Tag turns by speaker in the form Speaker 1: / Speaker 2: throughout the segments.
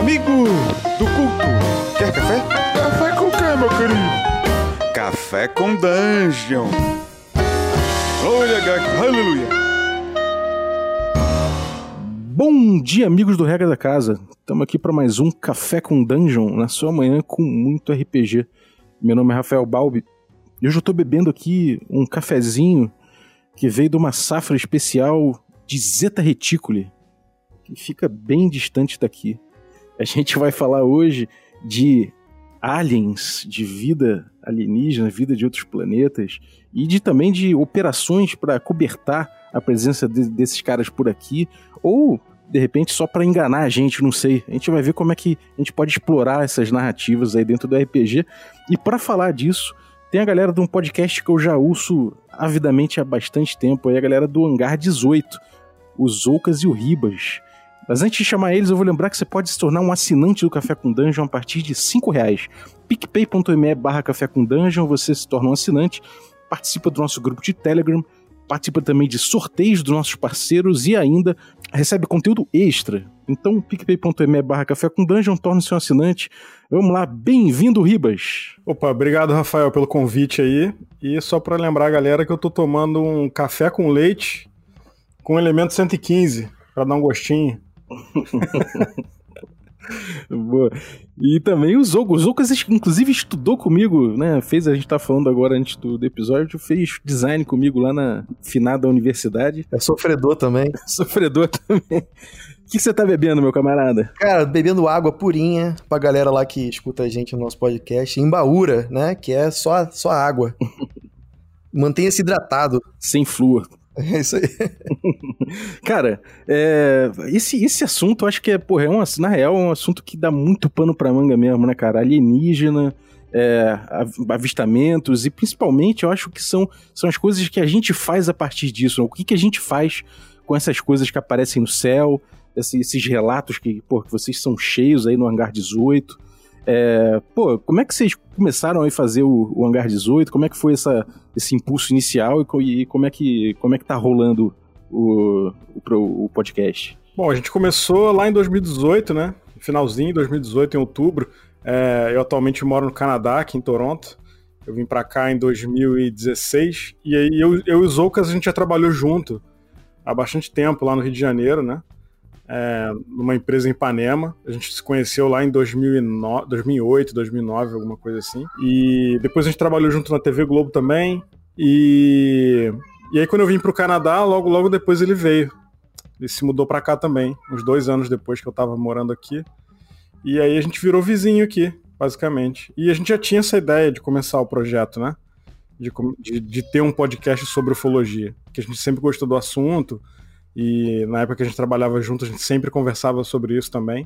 Speaker 1: Amigo do culto, quer café? Café com quê, meu querido? Café com Dungeon. Olha, aleluia.
Speaker 2: Bom dia, amigos do Regra da Casa. Estamos aqui para mais um Café com Dungeon, na sua manhã com muito RPG. Meu nome é Rafael Balbi e hoje eu estou bebendo aqui um cafezinho que veio de uma safra especial de Zeta Reticuli, que fica bem distante daqui. A gente vai falar hoje de aliens, de vida alienígena, vida de outros planetas e também de operações para cobertar a presença desses caras por aqui, ou de repente só para enganar a gente, não sei. A gente vai ver como é que a gente pode explorar essas narrativas aí dentro do RPG. E para falar disso, tem a galera de um podcast que eu já ouço avidamente há bastante tempo, aí a galera do Hangar 18, o Zoucas e o Ribas. Mas antes de chamar eles, eu vou lembrar que você pode se tornar um assinante do Café com Dungeon a partir de R$5. picpay.me/Café com Dungeon, você se torna um assinante, participa do nosso grupo de Telegram, participa também de sorteios dos nossos parceiros e ainda recebe conteúdo extra. Então, picpay.me/Café com Dungeon, torne-se um assinante. Vamos lá, bem-vindo, Ribas.
Speaker 3: Opa, obrigado, Rafael, pelo convite aí. E só para lembrar a galera que eu tô tomando um café com leite com elemento 115, para dar um gostinho.
Speaker 2: Boa. E também o Zoucas, inclusive, estudou comigo, né? A gente tá falando agora antes do episódio, fez design comigo lá na finada universidade.
Speaker 4: É sofredor também.
Speaker 2: Sofredor também. O que você tá bebendo, meu camarada?
Speaker 4: Cara, bebendo água purinha pra galera lá que escuta a gente no nosso podcast, Imbaúra, né? Que é só água. Mantenha-se hidratado.
Speaker 2: Sem flúor.
Speaker 4: É isso aí.
Speaker 2: Cara, esse assunto eu acho que na real, é um assunto que dá muito pano pra manga mesmo, né, cara? Alienígena, avistamentos, e principalmente eu acho que são as coisas que a gente faz a partir disso, né? O que a gente faz com essas coisas que aparecem no céu, esses relatos que vocês são cheios aí no Hangar 18. Como é que vocês começaram a fazer o Hangar 18? Como é que foi esse impulso inicial e como é que tá rolando o podcast?
Speaker 3: Bom, a gente começou lá em 2018, né? Finalzinho de 2018, em outubro. Eu atualmente moro no Canadá, aqui em Toronto. Eu vim pra cá em 2016. E aí eu e o Zoucas, a gente já trabalhou junto há bastante tempo lá no Rio de Janeiro, né? Numa empresa em Ipanema. A gente se conheceu lá em 2008, 2009, alguma coisa assim. E depois a gente trabalhou junto na TV Globo também. E aí quando eu vim pro Canadá, logo depois ele veio. Ele se mudou pra cá também, uns 2 anos depois que eu tava morando aqui. E aí a gente virou vizinho aqui, basicamente. E a gente já tinha essa ideia de começar o projeto, né? De ter um podcast sobre ufologia. Que a gente sempre gostou do assunto. E na época que a gente trabalhava junto, a gente sempre conversava sobre isso também.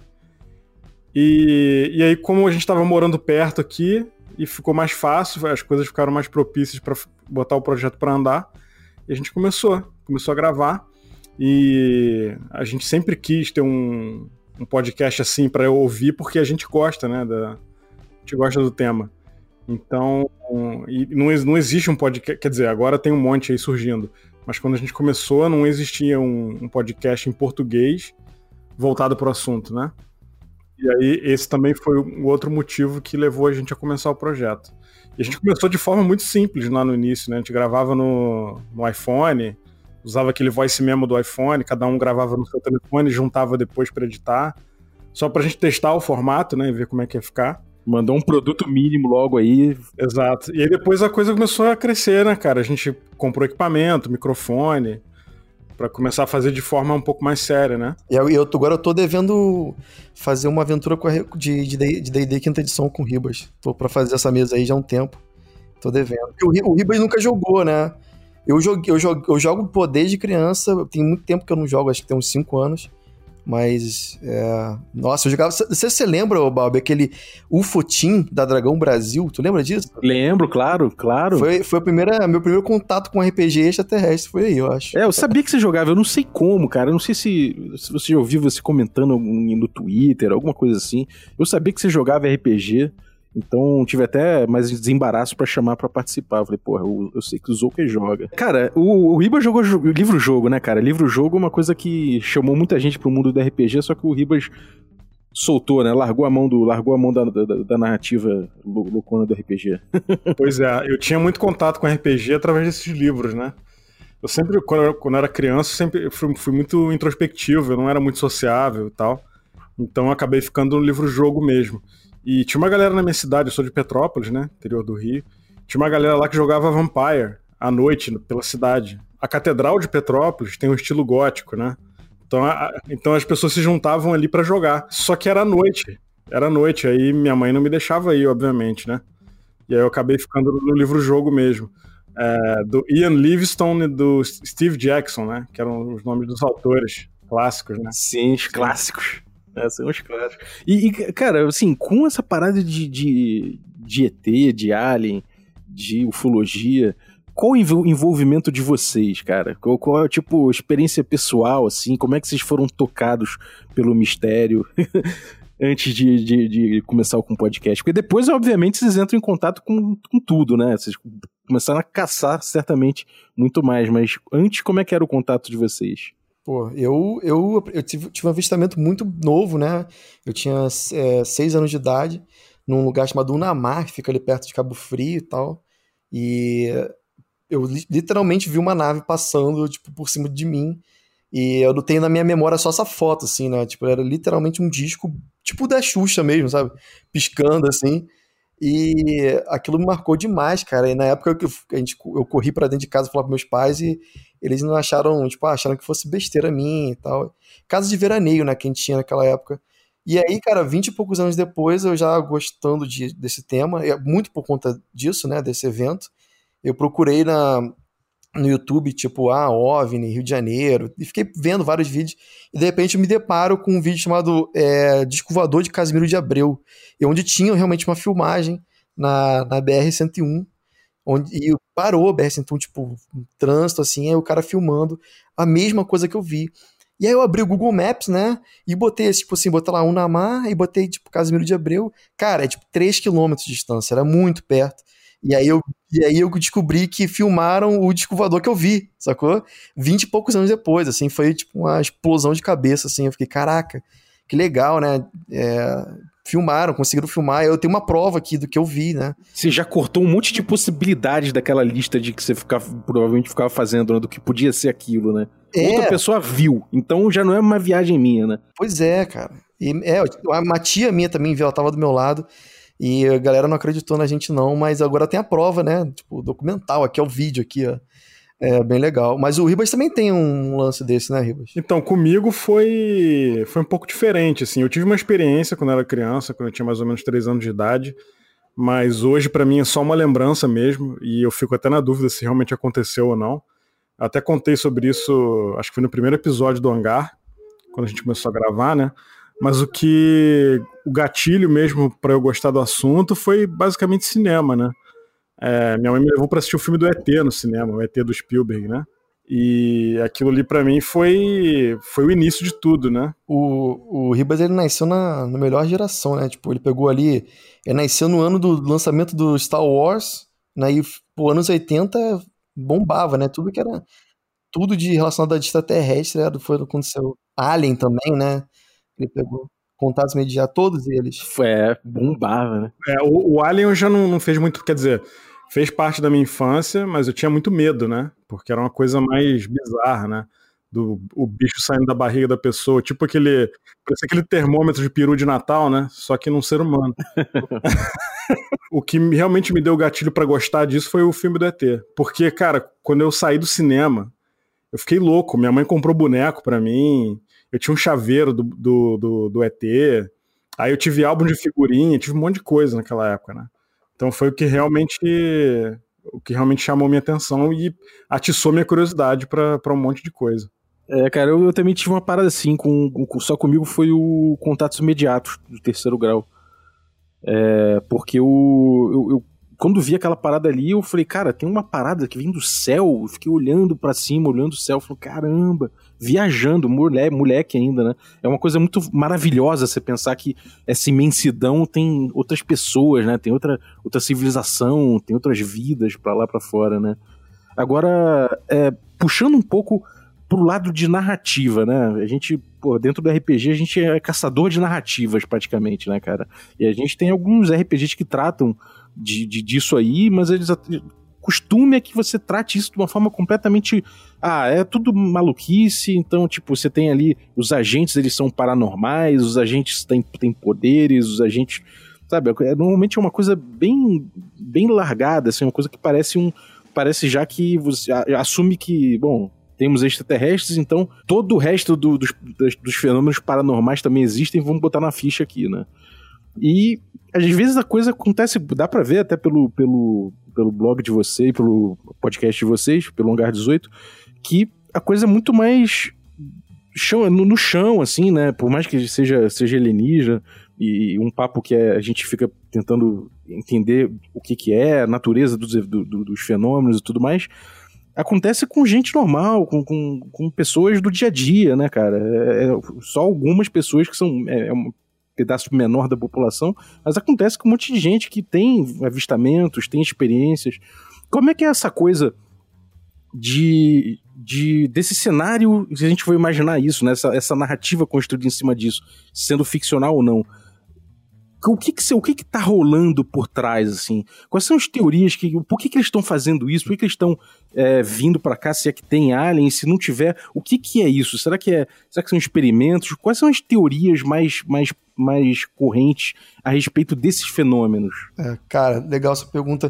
Speaker 3: E aí, como a gente estava morando perto aqui, e ficou mais fácil, as coisas ficaram mais propícias para botar o projeto para andar, e a gente começou a gravar. E a gente sempre quis ter um podcast assim para eu ouvir, porque a gente gosta, né? A gente gosta do tema. Então, não existe um podcast, quer dizer, agora tem um monte aí surgindo. Mas quando a gente começou, não existia um podcast em português voltado para o assunto, né? E aí, esse também foi o outro motivo que levou a gente a começar o projeto. E a gente começou de forma muito simples lá no início, né? A gente gravava no iPhone, usava aquele voice memo do iPhone, cada um gravava no seu telefone e juntava depois para editar, só pra gente testar o formato, né? E ver como é que ia ficar.
Speaker 2: Mandou um produto mínimo logo aí.
Speaker 3: Exato. E aí depois a coisa começou a crescer, né, cara? A gente comprou equipamento, microfone, pra começar a fazer de forma um pouco mais séria, né?
Speaker 4: E agora eu tô devendo fazer uma aventura de D&D quinta edição com o Ribas. Tô pra fazer essa mesa aí já há um tempo. Tô devendo. O Ribas nunca jogou, né? Eu jogo desde criança. Tem muito tempo que eu não jogo, acho que tem uns 5 anos. Mas, nossa, eu jogava... Você lembra, Balbi, aquele UFO Team da Dragão Brasil? Tu lembra disso?
Speaker 2: Lembro, claro.
Speaker 4: Foi meu primeiro contato com RPG extraterrestre, foi aí, eu acho.
Speaker 2: Eu sabia que você jogava, eu não sei como, cara. Eu não sei se você já ouviu você comentando no Twitter, alguma coisa assim. Eu sabia que você jogava RPG, então tive até mais desembaraço pra chamar pra participar. Eu falei, porra, eu sei que o Zoucas joga. Cara, o Ribas jogou livro-jogo, né, cara? Livro-jogo é uma coisa que chamou muita gente pro mundo do RPG, só que o Ribas soltou, né? Largou a mão da narrativa loucona do RPG.
Speaker 3: Pois é, eu tinha muito contato com RPG através desses livros, né? Eu sempre, quando eu era criança, sempre fui muito introspectivo, eu não era muito sociável e tal. Então eu acabei ficando no livro-jogo mesmo. E tinha uma galera na minha cidade, eu sou de Petrópolis, né? Interior do Rio. Tinha uma galera lá que jogava Vampire à noite pela cidade. A Catedral de Petrópolis tem um estilo gótico, né? Então as pessoas se juntavam ali pra jogar. Só que era à noite. Era à noite, aí minha mãe não me deixava ir, obviamente, né? E aí eu acabei ficando no livro-jogo mesmo. Do Ian Livingstone e do Steve Jackson, né? Que eram os nomes dos autores clássicos, né?
Speaker 2: Sim, os clássicos. São os clássicos. E, cara, assim, com essa parada de ET, de Alien, de ufologia, qual o envolvimento de vocês, cara? Qual é, tipo, experiência pessoal, assim? Como é que vocês foram tocados pelo mistério antes de começar com o podcast? Porque depois, obviamente, vocês entram em contato com tudo, né? Vocês começaram a caçar, certamente, muito mais. Mas antes, como é que era o contato de vocês?
Speaker 4: Pô, eu tive um avistamento muito novo, né? Eu tinha 6 anos de idade, num lugar chamado Unamar, que fica ali perto de Cabo Frio e tal. E eu literalmente vi uma nave passando, tipo, por cima de mim. E eu não tenho na minha memória só essa foto, assim, né? Tipo, era literalmente um disco, tipo da Xuxa mesmo, sabe? Piscando, assim. E aquilo me marcou demais, cara. E na época eu corri pra dentro de casa falar pros meus pais e eles não acharam, tipo, acharam que fosse besteira minha e tal. Casa de veraneio, né, que a gente tinha naquela época. E aí, cara, 20 e poucos anos depois, eu já gostando desse tema, muito por conta disso, né, desse evento, eu procurei no YouTube, tipo, OVNI, Rio de Janeiro, e fiquei vendo vários vídeos, e de repente eu me deparo com um vídeo chamado Disco Voador de Casimiro de Abreu, onde tinha realmente uma filmagem na BR-101, e parou a BR-101, tipo, um trânsito, assim, aí o cara filmando a mesma coisa que eu vi. E aí eu abri o Google Maps, né, e botei, tipo assim, botei lá Unamar, e botei, tipo, Casimiro de Abreu, cara, é tipo 3 km de distância, era muito perto. E aí eu descobri que filmaram o disco voador que eu vi, sacou? 20 e poucos anos depois, assim, foi tipo uma explosão de cabeça, assim, eu fiquei, caraca, que legal, né? Filmaram, conseguiram filmar, eu tenho uma prova aqui do que eu vi, né?
Speaker 2: Você já cortou um monte de possibilidades daquela lista de que você provavelmente ficava fazendo, né, do que podia ser aquilo, né? Outra pessoa viu, então já não é uma viagem minha, né?
Speaker 4: Pois é, cara. E uma tia minha também viu, ela tava do meu lado, e a galera não acreditou na gente não, mas agora tem a prova, né? Tipo, documental, aqui é o vídeo aqui, ó. É bem legal. Mas o Ribas também tem um lance desse, né, Ribas?
Speaker 3: Então, comigo foi um pouco diferente, assim. Eu tive uma experiência quando eu era criança, quando eu tinha mais ou menos 3 anos de idade, mas hoje pra mim é só uma lembrança mesmo, e eu fico até na dúvida se realmente aconteceu ou não. Eu até contei sobre isso, acho que foi no primeiro episódio do Hangar, quando a gente começou a gravar, né? Mas o gatilho mesmo pra eu gostar do assunto foi basicamente cinema, né? Minha mãe me levou pra assistir o filme do ET no cinema, o ET do Spielberg, né? E aquilo ali pra mim foi o início de tudo, né?
Speaker 4: O Ribas, ele nasceu na melhor geração, né? Tipo, ele pegou ali... Ele nasceu no ano do lançamento do Star Wars, né? E, pô, anos 80 bombava, né? Tudo de relacionado a extraterrestre foi quando aconteceu. Alien também, né? Ele pegou contatos imediatos, todos eles.
Speaker 2: Bombava, né?
Speaker 3: O Alien eu já não fez muito, quer dizer, fez parte da minha infância, mas eu tinha muito medo, né? Porque era uma coisa mais bizarra, né? O bicho saindo da barriga da pessoa, tipo parece aquele termômetro de peru de Natal, né? Só que num ser humano. O que realmente me deu o gatilho pra gostar disso foi o filme do ET. Porque, cara, quando eu saí do cinema, eu fiquei louco. Minha mãe comprou boneco pra mim, eu tinha um chaveiro do ET, aí eu tive álbum de figurinha, tive um monte de coisa naquela época, né? Então foi o que realmente chamou minha atenção e atiçou minha curiosidade pra um monte de coisa.
Speaker 2: Cara, eu também tive uma parada assim, só comigo foi o contatos imediatos do 3º grau. Porque eu quando vi aquela parada ali, eu falei, cara, tem uma parada que vem do céu. Eu fiquei olhando pra cima, olhando o céu, falei, caramba, viajando, moleque ainda, né? É uma coisa muito maravilhosa você pensar que essa imensidão tem outras pessoas, né? Tem outra civilização, tem outras vidas pra lá pra fora, né? Agora, puxando um pouco pro lado de narrativa, né? A gente, dentro do RPG, a gente é caçador de narrativas, praticamente, né, cara? E a gente tem alguns RPGs que tratam disso aí, mas eles... costume é que você trate isso de uma forma completamente... é tudo maluquice, então, tipo, você tem ali... Os agentes, eles são paranormais, os agentes têm poderes, os agentes... Sabe, normalmente é uma coisa bem largada, assim, uma coisa que parece já que você assume que, bom, temos extraterrestres, então todo o resto dos fenômenos paranormais também existem, vamos botar na ficha aqui, né? E às vezes a coisa acontece, dá pra ver até pelo blog de vocês, pelo podcast de vocês, pelo Hangar 18, que a coisa é muito mais no chão, assim, né? Por mais que seja alienígena, e um papo que a gente fica tentando entender o que é, a natureza dos fenômenos e tudo mais, acontece com gente normal, com pessoas do dia a dia, né, cara? Só algumas pessoas que são... um pedaço menor da população, mas acontece com um monte de gente que tem avistamentos, tem experiências. Como é que é essa coisa desse cenário, se a gente for imaginar isso, né? Essa narrativa construída em cima disso, sendo ficcional ou não? O que tá rolando por trás, assim? Quais são as teorias? Por que eles estão fazendo isso? Por que eles estão vindo pra cá? Se é que tem alien? Se não tiver, o que é isso? Será que são experimentos? Quais são as teorias mais correntes a respeito desses fenômenos?
Speaker 4: Cara, legal essa pergunta.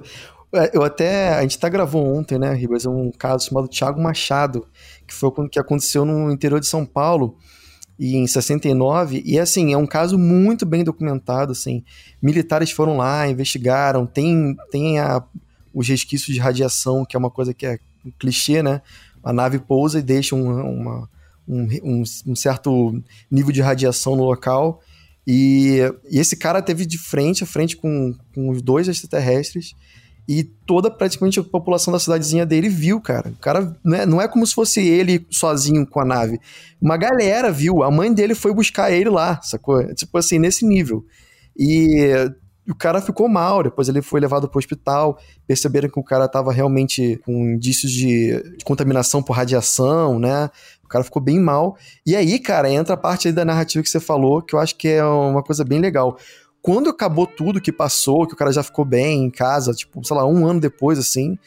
Speaker 4: A gente até gravou ontem, né, Ribas, um caso chamado Thiago Machado, que foi o que aconteceu no interior de São Paulo, e em 69, e assim, é um caso muito bem documentado, assim, militares foram lá, investigaram, tem os resquícios de radiação, que é uma coisa que é um clichê, né, a nave pousa e deixa um certo nível de radiação no local, e esse cara teve de frente a frente com os 2 extraterrestres, e toda praticamente a população da cidadezinha dele viu, cara. O cara não é como se fosse ele sozinho com a nave. Uma galera viu, a mãe dele foi buscar ele lá, sacou? Tipo assim, nesse nível. E o cara ficou mal, depois ele foi levado pro hospital, perceberam que o cara tava realmente com indícios de contaminação por radiação, né? O cara ficou bem mal. E aí, cara, entra a parte aí da narrativa que você falou, que eu acho que é uma coisa bem legal. Quando acabou tudo que passou, que o cara já ficou bem em casa, tipo, sei lá, 1 ano depois, assim,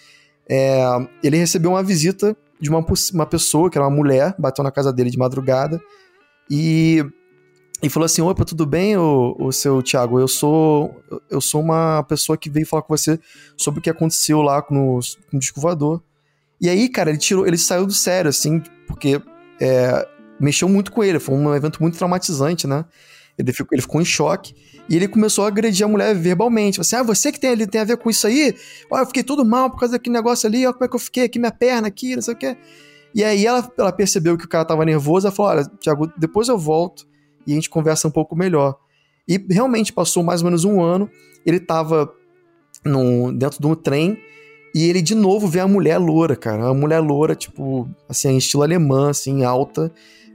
Speaker 4: ele recebeu uma visita de uma pessoa, que era uma mulher, bateu na casa dele de madrugada, e falou assim: opa, tudo bem, o seu Thiago? Eu sou uma pessoa que veio falar com você sobre o que aconteceu lá no disco voador. E aí, cara, ele saiu do sério, assim, porque mexeu muito com ele, foi um evento muito traumatizante, né? Ele ficou em choque e ele começou a agredir a mulher verbalmente. Assim, você que tem a ver com isso aí? Eu fiquei todo mal por causa daquele negócio ali, olha como é que eu fiquei aqui, minha perna aqui, não sei o que. E aí ela percebeu que o cara tava nervoso, ela falou: olha, Thiago, depois eu volto e a gente conversa um pouco melhor. E realmente passou mais ou menos 1 ano, ele tava dentro de um trem e ele de novo vê a mulher loura, cara. A mulher loura, tipo, assim, em estilo alemã, assim, alta,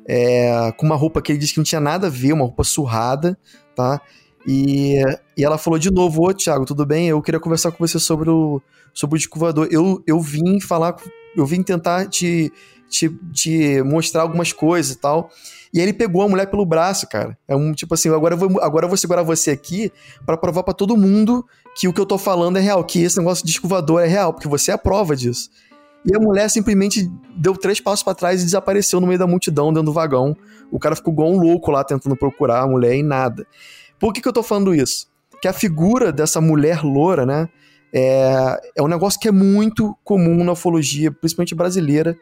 Speaker 4: com uma roupa que ele disse que não tinha nada a ver, uma roupa surrada, tá? E ela falou de novo: ô Thiago, tudo bem? Eu queria conversar com você sobre o disco voador. Eu vim tentar te mostrar algumas coisas e tal. E aí ele pegou a mulher pelo braço, cara. Tipo assim, agora eu vou segurar você aqui pra provar pra todo mundo que o que eu tô falando é real, que esse negócio de disco voador é real, porque você é a prova disso. E a mulher simplesmente deu 3 passos pra trás e desapareceu no meio da multidão, dentro do vagão. O cara ficou igual um louco lá tentando procurar a mulher e nada. Por que eu tô falando isso? Que a figura dessa mulher loura, né, é um negócio que é muito comum na ufologia, principalmente brasileira.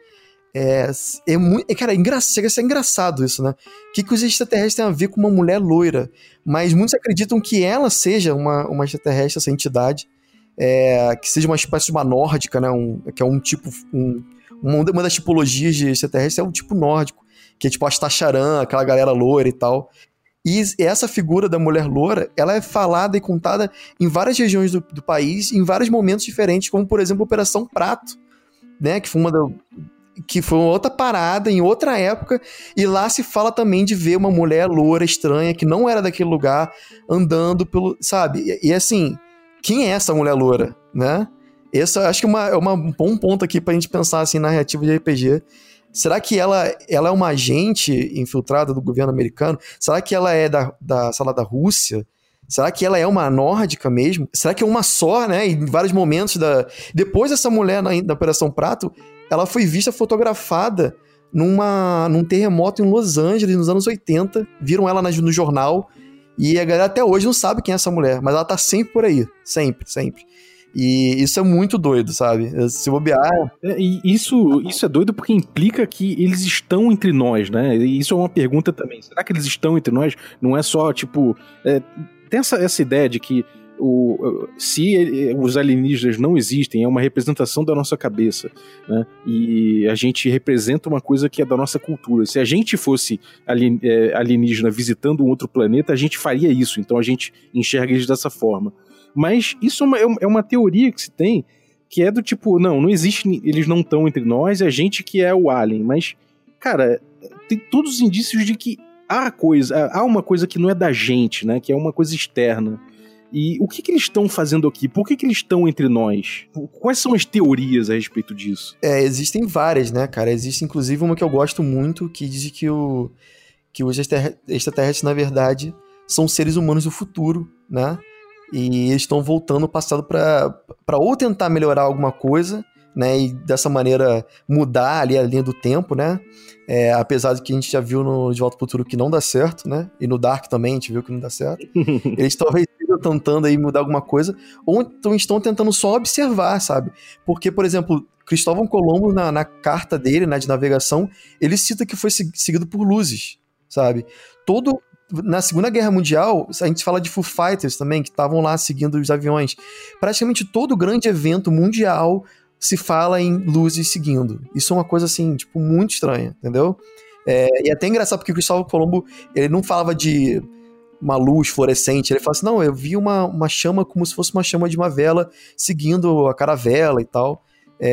Speaker 4: Cara, chega a ser engraçado isso, né? O que os extraterrestres têm a ver com uma mulher loira? Mas muitos acreditam que ela seja uma extraterrestre, essa entidade, que seja uma espécie de uma nórdica, né? Que é um tipo... uma das tipologias de extraterrestre é o tipo nórdico, que é tipo Astacharan, aquela galera loira e tal. E essa figura da mulher loura, ela é falada e contada em várias regiões do país, em vários momentos diferentes, como, por exemplo, a Operação Prato, né? Que foi uma outra parada, em outra época, e lá se fala também de ver uma mulher loura estranha, que não era daquele lugar, andando pelo... Sabe? E assim, quem é essa mulher loura, né? Essa acho que é um bom ponto aqui pra gente pensar, assim, na narrativa de RPG. Será que ela é uma agente infiltrada do governo americano? Será que ela é sei lá, da Rússia? Será que ela é uma nórdica mesmo? Será que é uma só, né? Em vários momentos Depois dessa mulher na Operação Prato, ela foi vista fotografada num terremoto em Los Angeles, nos anos 80. Viram ela no jornal. E a galera até hoje não sabe quem é essa mulher. Mas ela tá sempre por aí. Sempre, sempre. E isso é muito doido, sabe? Se bobear...
Speaker 2: E isso é doido porque implica que eles estão entre nós, né? E isso é uma pergunta também. Será que eles estão entre nós? Não é só, tipo... tem essa ideia de que se os alienígenas não existem, é uma representação da nossa cabeça, né? E a gente representa uma coisa que é da nossa cultura. Se a gente fosse alienígena visitando um outro planeta, a gente faria isso. Então a gente enxerga eles dessa forma. Mas isso é uma teoria que se tem, que é do tipo, não existe, eles não estão entre nós, é a gente que é o alien. Mas, cara, tem todos os indícios de que há uma coisa que não é da gente, né? Que é uma coisa externa. E o que eles estão fazendo aqui? Por que eles estão entre nós? Quais são as teorias a respeito disso?
Speaker 4: Existem várias, né, cara? Existe, inclusive, uma que eu gosto muito, que diz que os extraterrestres, na verdade, são seres humanos do futuro, né? E eles estão voltando no passado para ou tentar melhorar alguma coisa, né, e dessa maneira mudar ali a linha do tempo, né, apesar de que a gente já viu no De Volta ao Futuro que não dá certo, né, e no Dark também a gente viu que não dá certo. Eles talvez estejam tentando aí mudar alguma coisa, ou então estão tentando só observar, sabe, porque, por exemplo, Cristóvão Colombo, na carta dele, né, de navegação, ele cita que foi seguido por luzes, sabe, na Segunda Guerra Mundial, a gente fala de Foo Fighters também, que estavam lá seguindo os aviões. Praticamente todo grande evento mundial se fala em luzes seguindo. Isso é uma coisa, assim, tipo, muito estranha, entendeu? E é até engraçado, porque o Cristóvão Colombo, ele não falava de uma luz fluorescente, ele fala assim, não, eu vi uma chama como se fosse uma chama de uma vela seguindo a caravela e tal.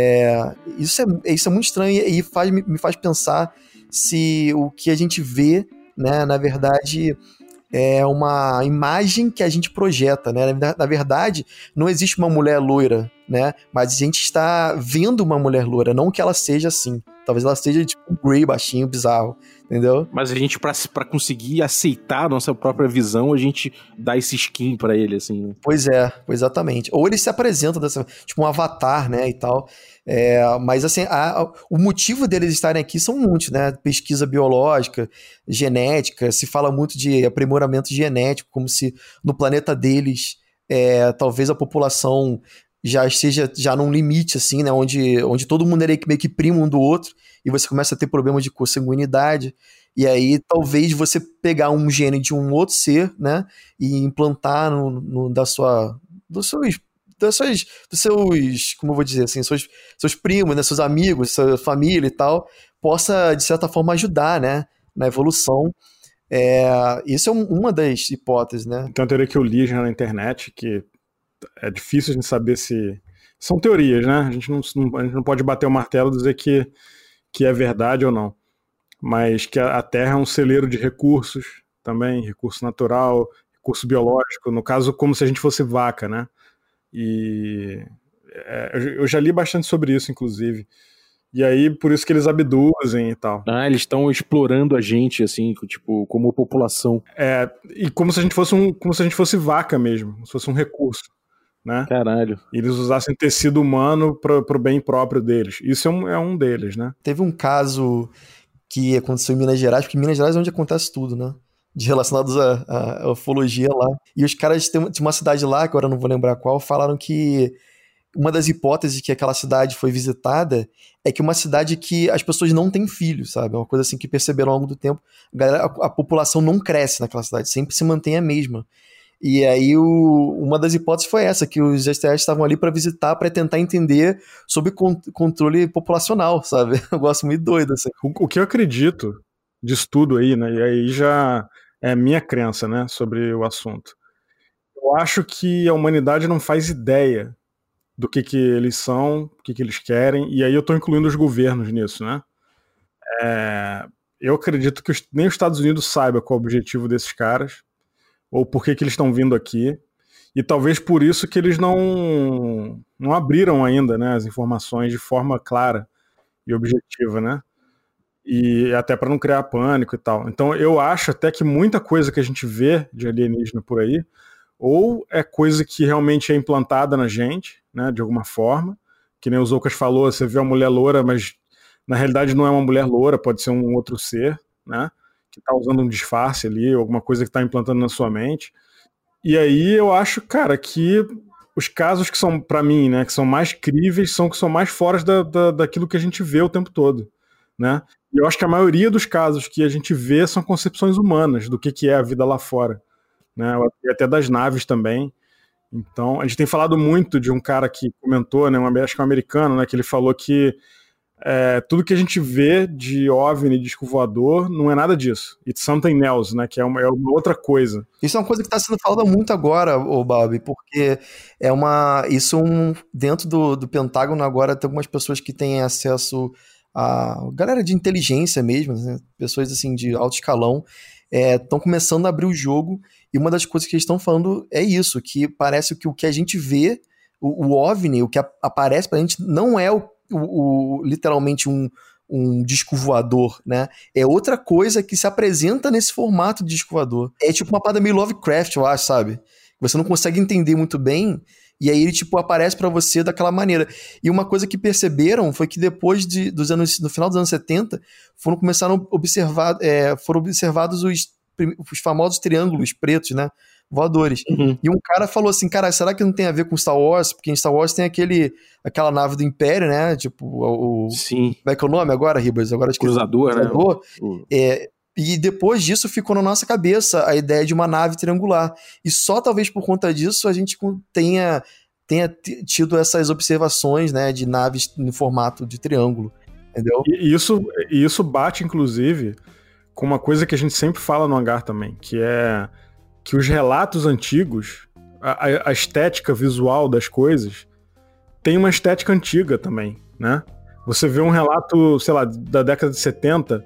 Speaker 4: Isso é muito estranho e me faz pensar se o que a gente vê, né, na verdade, é uma imagem que a gente projeta, né? Na verdade, não existe uma mulher loira, né? Mas a gente está vendo uma mulher loira, não que ela seja assim. Talvez ela seja tipo um Grey baixinho, bizarro, entendeu?
Speaker 2: Mas a gente, pra conseguir aceitar a nossa própria visão, a gente dá esse skin pra ele, assim, né?
Speaker 4: Pois é, exatamente. Ou ele se apresenta tipo um avatar, né, e tal. Mas assim, o motivo deles estarem aqui são muitos, né? Pesquisa biológica, genética, se fala muito de aprimoramento genético, como se no planeta deles talvez a população já esteja num limite, assim, né? Onde todo mundo é meio que primo um do outro, e você começa a ter problemas de consanguinidade. E aí, talvez você pegar um gene de um outro ser, né? E implantar dos seus, como eu vou dizer assim, seus primos, né, seus amigos, sua família e tal, possa, de certa forma, ajudar, né, na evolução. Isso é uma das hipóteses, né?
Speaker 3: Tem uma teoria que eu li já na internet, que é difícil a gente saber se... São teorias, né? A gente não pode bater o martelo e dizer que é verdade ou não. Mas que a Terra é um celeiro de recursos também, recurso natural, recurso biológico, no caso, como se a gente fosse vaca, né? E eu já li bastante sobre isso, inclusive. E aí, por isso que eles abduzem e tal.
Speaker 2: Eles estão explorando a gente, assim, tipo, como população.
Speaker 3: E como se a gente fosse vaca mesmo, como se fosse um recurso, né?
Speaker 2: Caralho.
Speaker 3: E eles usassem tecido humano pro bem próprio deles. Isso é um deles, né?
Speaker 4: Teve um caso que aconteceu em Minas Gerais, porque Minas Gerais é onde acontece tudo, né? De relacionados à ufologia lá. E os caras de uma cidade lá, que agora eu não vou lembrar qual, falaram que uma das hipóteses que aquela cidade foi visitada é que uma cidade que as pessoas não têm filhos, sabe? É uma coisa assim que perceberam ao longo do tempo. A população não cresce naquela cidade, sempre se mantém a mesma. E aí uma das hipóteses foi essa, que os extraterrestres estavam ali para visitar, para tentar entender sobre controle populacional, sabe? Eu gosto muito doido, assim.
Speaker 3: O que eu acredito disso tudo aí, né? E aí já é minha crença, né? Sobre o assunto. Eu acho que a humanidade não faz ideia do que eles são, o que eles querem, e aí eu tô incluindo os governos nisso, né? Eu acredito que nem os Estados Unidos saiba qual é o objetivo desses caras, ou por que eles estão vindo aqui, e talvez por isso que eles não abriram ainda, né, as informações de forma clara e objetiva, né? E até para não criar pânico e tal. Então eu acho até que muita coisa que a gente vê de alienígena por aí, ou é coisa que realmente é implantada na gente, né, de alguma forma, que nem o Zoukas falou, você vê uma mulher loura, mas na realidade não é uma mulher loura, pode ser um outro ser, né, que está usando um disfarce ali, alguma coisa que está implantando na sua mente. E aí eu acho, cara, que os casos que são, para mim, né, que são mais críveis, são que são mais fora daquilo que a gente vê o tempo todo, né? E eu acho que a maioria dos casos que a gente vê são concepções humanas do que é a vida lá fora, né? E até das naves também. Então, a gente tem falado muito de um cara que comentou, né, acho que é um americano, né, que ele falou que tudo que a gente vê de OVNI, de disco voador, não é nada disso. It's something else, né? Que é uma outra coisa.
Speaker 4: Isso é uma coisa que está sendo falada muito agora, ô Bob, porque dentro do Pentágono agora tem algumas pessoas que têm acesso a galera de inteligência mesmo, né? Pessoas assim de alto escalão, estão começando a abrir o jogo, e uma das coisas que eles estão falando é isso, que parece que o que a gente vê, o OVNI, o que aparece pra gente não é literalmente um disco voador, né? É outra coisa que se apresenta nesse formato de disco voador. É tipo uma parada meio Lovecraft, eu acho, sabe? Você não consegue entender muito bem, e aí ele tipo aparece pra você daquela maneira. E uma coisa que perceberam foi que depois no final dos anos 70, foram observados os famosos triângulos pretos, né? Voadores.
Speaker 2: Uhum.
Speaker 4: E um cara falou assim, cara, será que não tem a ver com Star Wars? Porque em Star Wars tem aquela nave do Império, né? Tipo,
Speaker 2: Sim.
Speaker 4: Como é que é o nome agora, Ribas? Agora
Speaker 2: Cruzador, né?
Speaker 4: E depois disso ficou na nossa cabeça a ideia de uma nave triangular. E só talvez por conta disso a gente tenha tido essas observações, né, de naves no formato de triângulo. Entendeu?
Speaker 3: E isso bate, inclusive, com uma coisa que a gente sempre fala no Hangar também, que é que os relatos antigos, a estética visual das coisas, tem uma estética antiga também, né? Você vê um relato, sei lá, da década de 70,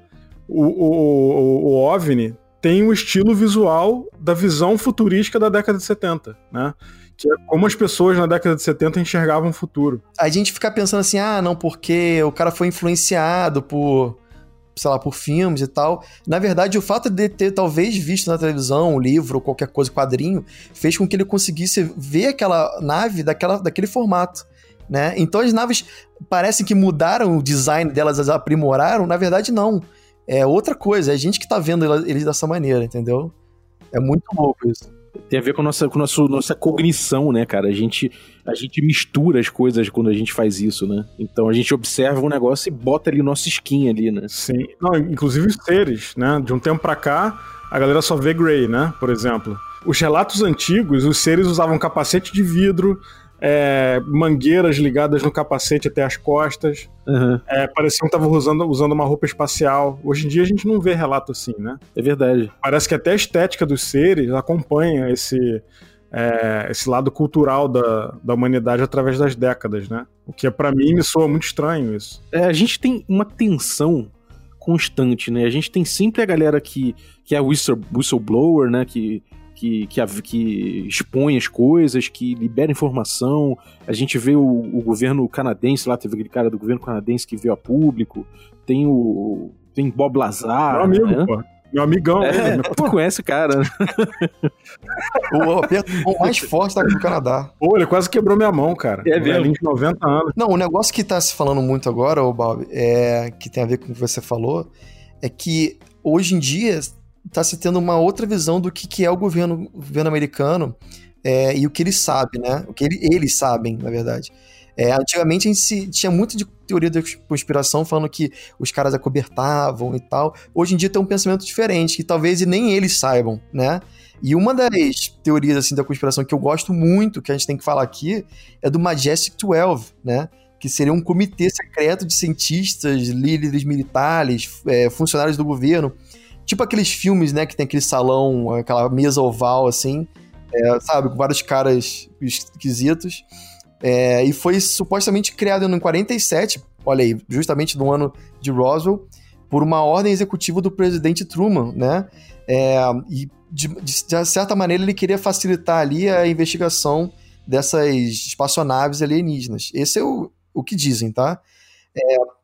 Speaker 3: o OVNI tem o estilo visual da visão futurística da década de 70, né? Que é como as pessoas na década de 70 enxergavam o futuro.
Speaker 4: A gente fica pensando assim, não, porque o cara foi influenciado por filmes e tal. Na verdade, o fato de ter talvez visto na televisão um livro ou qualquer coisa, quadrinho, fez com que ele conseguisse ver aquela nave daquele formato, né? Então as naves parecem que mudaram o design delas, as aprimoraram. Na verdade, não. É outra coisa. É a gente que tá vendo eles dessa maneira, entendeu? É muito louco isso.
Speaker 2: Tem a ver com nossa cognição, né, cara? A gente mistura as coisas quando a gente faz isso, né? Então a gente observa um negócio e bota ali nosso skin ali, né?
Speaker 3: Sim. Não, inclusive os seres, né? De um tempo pra cá, a galera só vê Grey, né? Por exemplo. Os relatos antigos, os seres usavam capacete de vidro, mangueiras ligadas no capacete até as costas.
Speaker 2: Uhum.
Speaker 3: Pareciam que estavam usando uma roupa espacial. Hoje em dia a gente não vê relato assim, né?
Speaker 2: É verdade.
Speaker 3: Parece que até a estética dos seres acompanha esse lado cultural da humanidade através das décadas, né? O que pra mim me soa muito estranho isso.
Speaker 2: A gente tem uma tensão constante, né? A gente tem sempre a galera que é whistleblower, né? Que expõe as coisas, que libera informação. A gente vê o governo canadense lá, teve aquele cara do governo canadense que veio a público. Tem Bob Lazar.
Speaker 3: Meu amigo,
Speaker 2: né?
Speaker 3: pô. Meu amigão.
Speaker 2: Tu conhece o cara, né?
Speaker 4: O aperto mais forte do Canadá.
Speaker 3: Pô, ele quase quebrou minha mão, cara.
Speaker 2: É mesmo?
Speaker 3: De 90 anos.
Speaker 4: Não, o negócio que tá se falando muito agora, Bob, que tem a ver com o que você falou, é que hoje em dia tá se tendo uma outra visão do que é o governo americano e o que ele sabe, né? O que eles sabem, na verdade. Antigamente a gente tinha muito de teoria da conspiração falando que os caras acobertavam e tal. Hoje em dia tem um pensamento diferente, que talvez nem eles saibam, né? E uma das teorias assim, da conspiração que eu gosto muito, que a gente tem que falar aqui, é do Majestic 12, né? Que seria um comitê secreto de cientistas, líderes militares, funcionários do governo. Tipo aqueles filmes, né, que tem aquele salão, aquela mesa oval, assim, sabe, com vários caras esquisitos. E foi supostamente criado em 47, olha aí, justamente no ano de Roswell, por uma ordem executiva do presidente Truman, né? E de certa maneira ele queria facilitar ali a investigação dessas espaçonaves alienígenas. Esse é o que dizem, tá?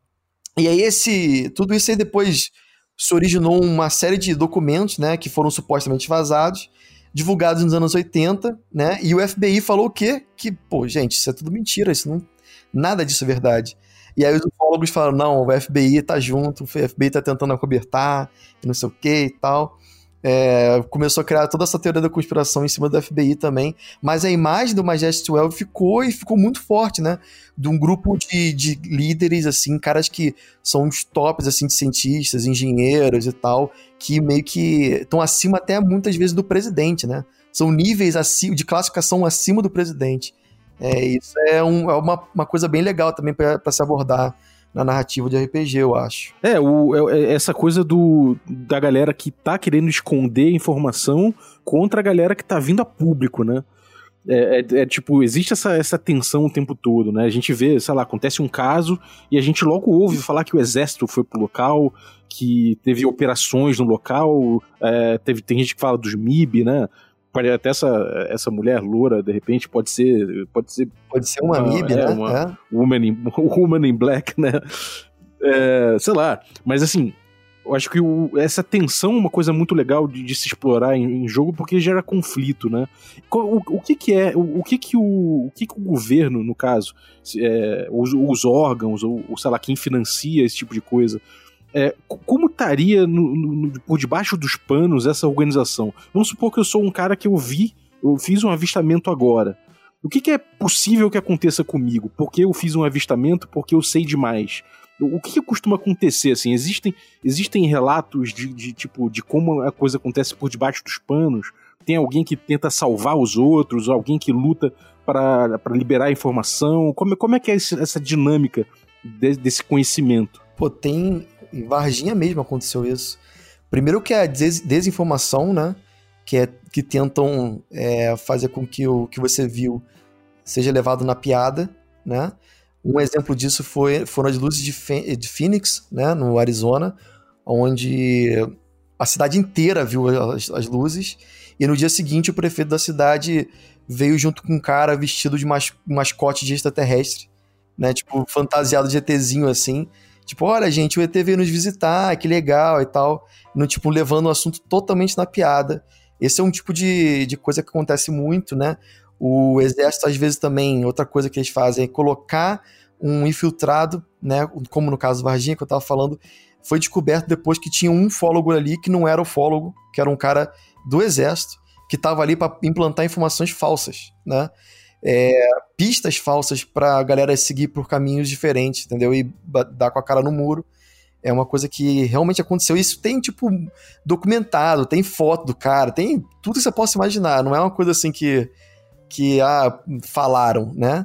Speaker 4: E aí tudo isso aí depois se originou uma série de documentos, né, que foram supostamente vazados, divulgados nos anos 80, né, e o FBI falou o quê? Que, pô, gente, isso é tudo mentira, nada disso é verdade. E aí os ufólogos falaram, não, o FBI tá junto, o FBI tá tentando acobertar, não sei o que e tal. Começou a criar toda essa teoria da conspiração em cima do FBI também, mas a imagem do Majestic 12 ficou muito forte, né, de um grupo de líderes, assim, caras que são os tops, assim, de cientistas, engenheiros e tal, que meio que estão acima até muitas vezes do presidente, né, são níveis de classificação acima do presidente. Isso é uma coisa bem legal também para se abordar na narrativa de RPG, eu acho.
Speaker 2: Essa coisa da galera que tá querendo esconder informação contra a galera que tá vindo a público, né? Tipo, existe essa tensão o tempo todo, né? A gente vê, sei lá, acontece um caso e a gente logo ouve falar que o exército foi pro local, que teve operações no local, tem gente que fala dos MIB, né? Até essa mulher loura, de repente, pode ser
Speaker 4: uma MIB, né?
Speaker 2: Woman in Black, né? Sei lá. Mas assim, eu acho que essa tensão é uma coisa muito legal de se explorar em jogo, porque gera conflito, né? O que o governo, no caso, os órgãos, ou sei lá, quem financia esse tipo de coisa, como estaria por debaixo dos panos essa organização? Vamos supor que eu sou um cara que eu fiz um avistamento agora. O que é possível que aconteça comigo? Porque eu fiz um avistamento, porque eu sei demais. O que costuma acontecer, assim? Existem relatos de como a coisa acontece por debaixo dos panos? Tem alguém que tenta salvar os outros? Alguém que luta para liberar a informação? Como é que é essa dinâmica desse conhecimento?
Speaker 4: Pô, em Varginha mesmo aconteceu isso. Primeiro que é a desinformação, né? Que tentam fazer com que o que você viu seja levado na piada, né? Um exemplo disso foram as luzes de Phoenix, né? No Arizona, onde a cidade inteira viu as luzes, e no dia seguinte o prefeito da cidade veio junto com um cara vestido de mascote de extraterrestre, né? Tipo, fantasiado de ETzinho, assim. Tipo, olha, gente, o ET veio nos visitar, que legal e tal. Tipo, levando o assunto totalmente na piada. Esse é um tipo de coisa que acontece muito, né? O exército, às vezes, também, outra coisa que eles fazem é colocar um infiltrado, né? Como no caso do Varginha, que eu tava falando, foi descoberto depois que tinha um ufólogo ali que não era ufólogo, que era um cara do exército, que tava ali para implantar informações falsas, né? Pistas falsas pra galera seguir por caminhos diferentes, entendeu? E dar com a cara no muro. É uma coisa que realmente aconteceu. Isso tem, tipo, documentado, tem foto do cara, tem tudo que você possa imaginar. Não é uma coisa assim que falaram, né?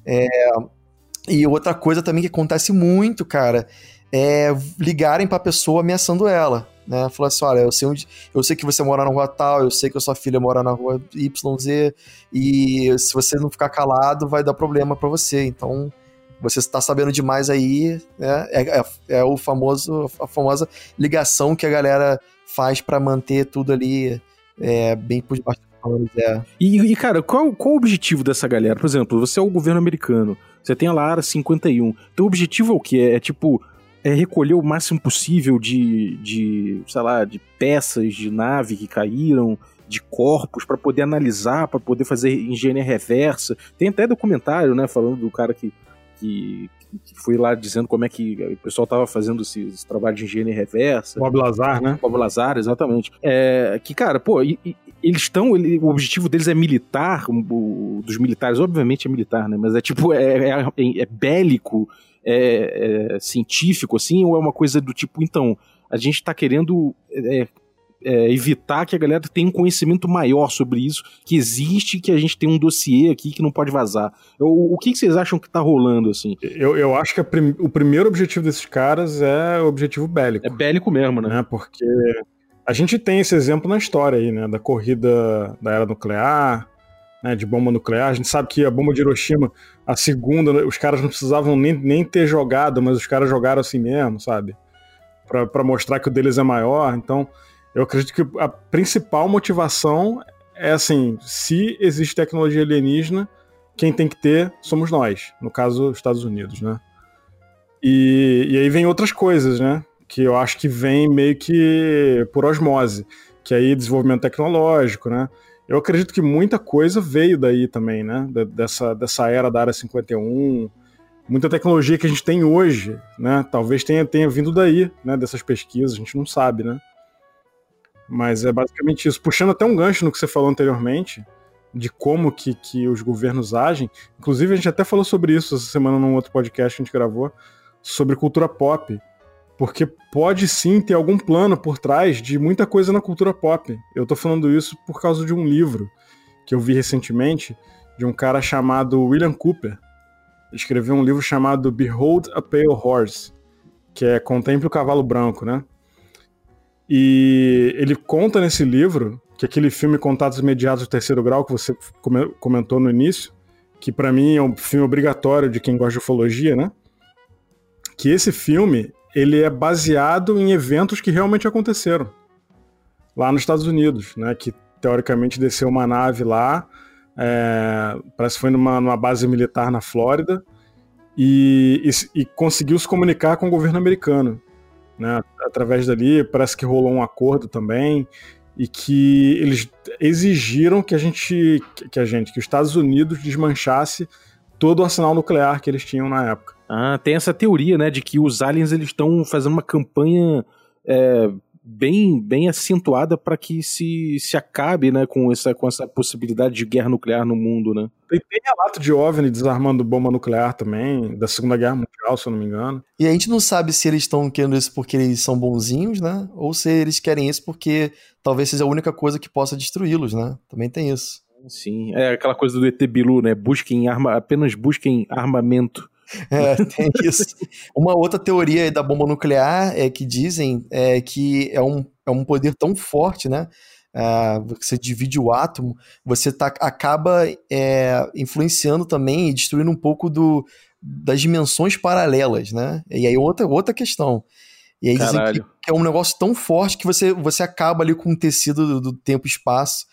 Speaker 4: E outra coisa também que acontece muito, cara, é ligarem pra pessoa ameaçando ela, né? Falar assim, olha, eu sei que você mora na rua tal, eu sei que a sua filha mora na rua YZ, e se você não ficar calado, vai dar problema pra você. Então, você está sabendo demais aí, né? A famosa ligação que a galera faz pra manter tudo ali bem por debaixo dos panos.
Speaker 2: E, cara, qual o objetivo dessa galera? Por exemplo, você é o governo americano, você tem a Área 51. Então, o objetivo é o quê? É recolher o máximo possível de peças de nave que caíram, de corpos, para poder analisar, para poder fazer engenharia reversa. Tem até documentário, né, falando do cara que foi lá dizendo como é que o pessoal estava fazendo esse trabalho de engenharia reversa.
Speaker 3: Bob Lazar, né?
Speaker 2: Bob Lazar, exatamente. Que, cara, pô, o objetivo deles é militar, dos militares, obviamente é militar, né, mas é bélico, científico, assim, ou é uma coisa do tipo, então, a gente tá querendo evitar que a galera tenha um conhecimento maior sobre isso, que existe, que a gente tem um dossiê aqui que não pode vazar. O que vocês acham que tá rolando, assim?
Speaker 3: Eu acho que o primeiro objetivo desses caras é o objetivo bélico.
Speaker 2: É bélico mesmo, né?
Speaker 3: Porque a gente tem esse exemplo na história aí, né? Da corrida da era nuclear, né, de bomba nuclear. A gente sabe que a bomba de Hiroshima, a segunda, os caras não precisavam nem ter jogado, mas os caras jogaram assim mesmo, sabe? Pra mostrar que o deles é maior. Então, eu acredito que a principal motivação é assim, se existe tecnologia alienígena, quem tem que ter somos nós, no caso, os Estados Unidos, né? E aí vem outras coisas, né? Que eu acho que vem meio que por osmose, que aí desenvolvimento tecnológico, né? Eu acredito que muita coisa veio daí também, né? Dessa era da Área 51, muita tecnologia que a gente tem hoje, né? Talvez tenha vindo daí, né? Dessas pesquisas, a gente não sabe, né? Mas é basicamente isso. Puxando até um gancho no que você falou anteriormente, de como que os governos agem. Inclusive, a gente até falou sobre isso essa semana num outro podcast que a gente gravou, sobre cultura pop. Porque pode sim ter algum plano por trás de muita coisa na cultura pop. Eu tô falando isso por causa de um livro que eu vi recentemente, de um cara chamado William Cooper. Ele escreveu um livro chamado Behold a Pale Horse, que é Contemple o Cavalo Branco, né? E ele conta nesse livro que aquele filme Contatos Imediatos do Terceiro Grau, que você comentou no início, que pra mim é um filme obrigatório de quem gosta de ufologia, né? Que esse filme, ele é baseado em eventos que realmente aconteceram lá nos Estados Unidos, né? Que teoricamente desceu uma nave lá, parece que foi numa base militar na Flórida, e conseguiu se comunicar com o governo americano, né? Através dali, parece que rolou um acordo também, e que eles exigiram que os Estados Unidos desmanchasse todo o arsenal nuclear que eles tinham na época.
Speaker 2: Ah, tem essa teoria, né, de que os aliens eles estão fazendo uma campanha bem acentuada para que se acabe, né, com essa possibilidade de guerra nuclear no mundo, né?
Speaker 3: Tem relato de OVNI desarmando bomba nuclear também, da Segunda Guerra Mundial, se eu não me engano.
Speaker 4: E a gente não sabe se eles estão querendo isso porque eles são bonzinhos, né? Ou se eles querem isso porque talvez seja a única coisa que possa destruí-los, né? Também tem isso.
Speaker 2: Sim, é aquela coisa do ET Bilu, né? Apenas busquem armamento.
Speaker 4: Tem isso. Uma outra teoria da bomba nuclear é que dizem que é um poder tão forte, né? Você divide o átomo, você acaba influenciando também e destruindo um pouco das dimensões paralelas, né? E aí outra questão. E aí dizem que é um negócio tão forte que você acaba ali com o tecido do tempo e espaço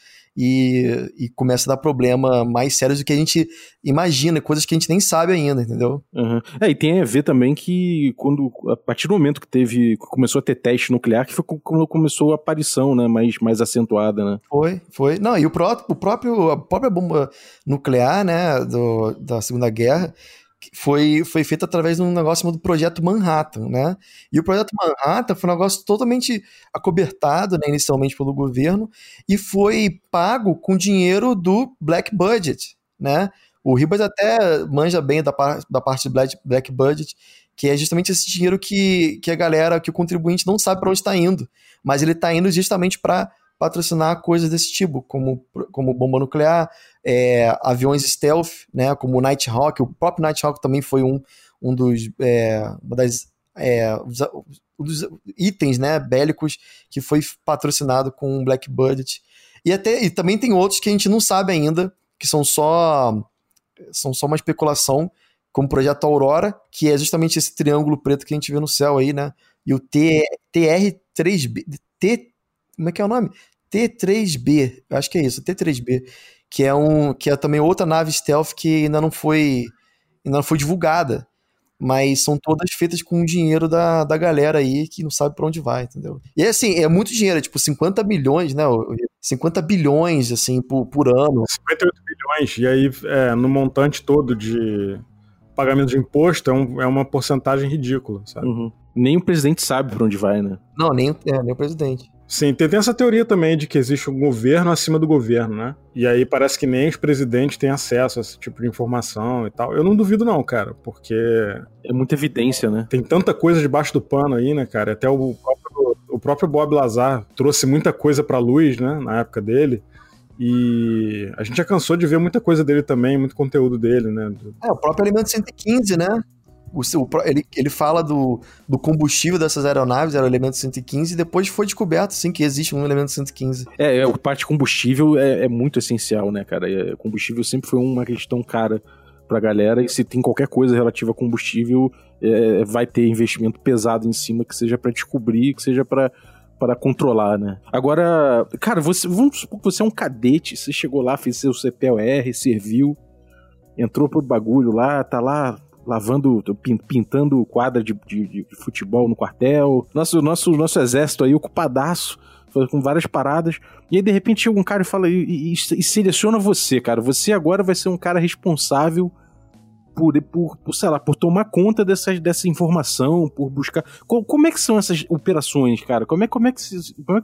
Speaker 4: e começa a dar problema mais sérios do que a gente imagina, coisas que a gente nem sabe ainda, entendeu?
Speaker 2: Uhum. E tem a ver também que a partir do momento que começou a ter teste nuclear, que foi quando começou a aparição, né, mais acentuada, né?
Speaker 4: Foi. Não, e a própria bomba nuclear, né, da Segunda Guerra, foi feito através de um negócio chamado Projeto Manhattan, né? E o Projeto Manhattan foi um negócio totalmente acobertado, né, inicialmente pelo governo, e foi pago com dinheiro do Black Budget, né? O Ribas até manja bem da parte do Black Budget, que é justamente esse dinheiro que a galera, que o contribuinte não sabe para onde está indo, mas ele está indo justamente para patrocinar coisas desse tipo, como bomba nuclear, aviões stealth, né, como o Nighthawk. O próprio Nighthawk também foi um dos itens, né, bélicos que foi patrocinado com o Black Budget. E também tem outros que a gente não sabe ainda, que são só uma especulação, como o Projeto Aurora, que é justamente esse triângulo preto que a gente vê no céu aí, né, e o TR-3B, como é que é o nome? T3B, eu acho que é isso, T3B, que é também outra nave stealth que ainda não foi divulgada, mas são todas feitas com o dinheiro da galera aí que não sabe pra onde vai, entendeu? E assim, é muito dinheiro, tipo 50 milhões, né? 50 bilhões, assim, por ano.
Speaker 3: 58 bilhões, e aí no montante todo de pagamento de imposto é uma porcentagem ridícula, sabe?
Speaker 2: Uhum. Nem o presidente sabe pra onde vai, né?
Speaker 4: Não, nem o presidente.
Speaker 3: Sim, tem essa teoria também de que existe um governo acima do governo, né? E aí parece que nem os presidentes têm acesso a esse tipo de informação e tal. Eu não duvido não, cara, porque...
Speaker 2: é muita evidência, né?
Speaker 3: Tem tanta coisa debaixo do pano aí, né, cara? Até o próprio Bob Lazar trouxe muita coisa pra luz, né, na época dele. E a gente já cansou de ver muita coisa dele também, muito conteúdo dele, né?
Speaker 4: O próprio Elemento 115, né? Ele fala do combustível dessas aeronaves, era o elemento 115, e depois foi descoberto, sim, que existe um elemento 115.
Speaker 2: A parte combustível é muito essencial, né, cara? Combustível sempre foi uma questão cara pra galera, e se tem qualquer coisa relativa a combustível, vai ter investimento pesado em cima, que seja pra descobrir, que seja pra controlar, né? Agora, cara, vamos supor que você é um cadete, você chegou lá, fez seu CPLR, serviu, entrou pro bagulho lá, tá lá lavando, pintando quadra de futebol no quartel. Nosso exército aí ocupadaço, com várias paradas. E aí, de repente, chega um cara e fala, e seleciona você, cara. Você agora vai ser um cara responsável por tomar conta dessa informação, por buscar... Como é que são essas operações, cara? Como é que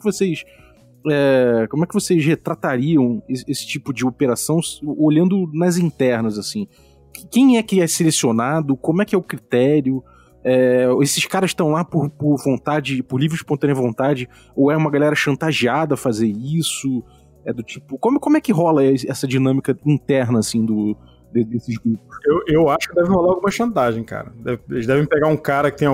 Speaker 2: vocês retratariam esse tipo de operação olhando nas internas, assim? Quem é que é selecionado? Como é que é o critério? Esses caras estão lá por vontade, por livre e espontânea vontade? Ou é uma galera chantageada a fazer isso? É do tipo... Como é que rola essa dinâmica interna, assim, desses grupos?
Speaker 3: Eu acho que deve rolar alguma chantagem, cara. Eles devem pegar um cara que tem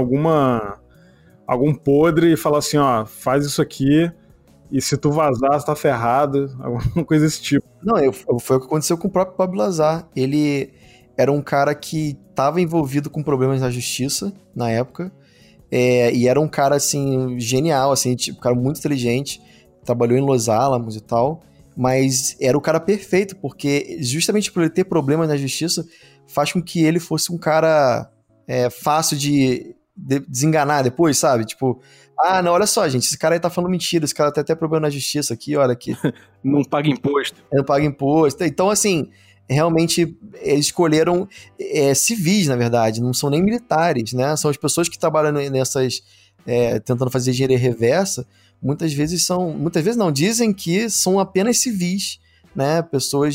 Speaker 3: algum podre e falar assim, ó, faz isso aqui e se tu vazar, você tá ferrado, alguma coisa desse tipo.
Speaker 4: Não, foi o que aconteceu com o próprio Pablo Lazar. Ele era um cara que estava envolvido com problemas na justiça na época, e era um cara, assim, genial, assim, tipo, um cara muito inteligente, trabalhou em Los Alamos e tal, mas era o cara perfeito, porque justamente por ele ter problemas na justiça, faz com que ele fosse um cara fácil de desenganar depois, sabe? Tipo, não, olha só, gente, esse cara aí tá falando mentira, esse cara tem até problema na justiça aqui, olha aqui.
Speaker 2: Não paga imposto.
Speaker 4: Não paga imposto. Então, assim, realmente, eles escolheram civis, na verdade, não são nem militares, né? São as pessoas que trabalham nessas... tentando fazer engenharia reversa, muitas vezes não, dizem que são apenas civis, né? Pessoas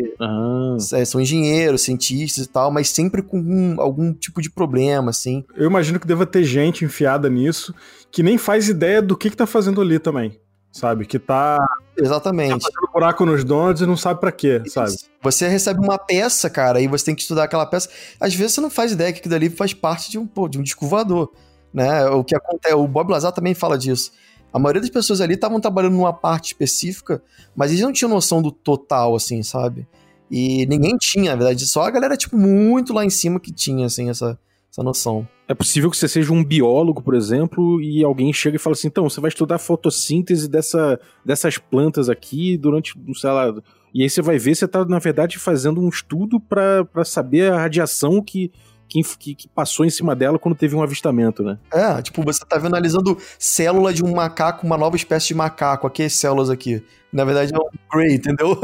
Speaker 4: são engenheiros, cientistas e tal, mas sempre com algum tipo de problema, assim.
Speaker 3: Eu imagino que deva ter gente enfiada nisso que nem faz ideia do que tá fazendo ali também, sabe? Que tá...
Speaker 4: Exatamente.
Speaker 3: Tá fazendo buraco nos donuts e não sabe pra quê, sabe?
Speaker 4: Você recebe uma peça, cara, e você tem que estudar aquela peça. Às vezes você não faz ideia que aquilo ali faz parte de um disco voador, né? O que acontece, o Bob Lazar também fala disso. A maioria das pessoas ali estavam trabalhando numa parte específica, mas eles não tinham noção do total, assim, sabe? E ninguém tinha, na verdade, só a galera, tipo, muito lá em cima que tinha, assim, essa noção.
Speaker 2: É possível que você seja um biólogo, por exemplo, e alguém chega e fala assim, então, você vai estudar a fotossíntese dessas plantas aqui durante, sei lá... E aí você vai ver, você tá, na verdade, fazendo um estudo pra saber a radiação que passou em cima dela quando teve um avistamento, né?
Speaker 4: Tipo, você tá analisando célula de um macaco, uma nova espécie de macaco, aqui as células aqui. Na verdade é um Grey, entendeu?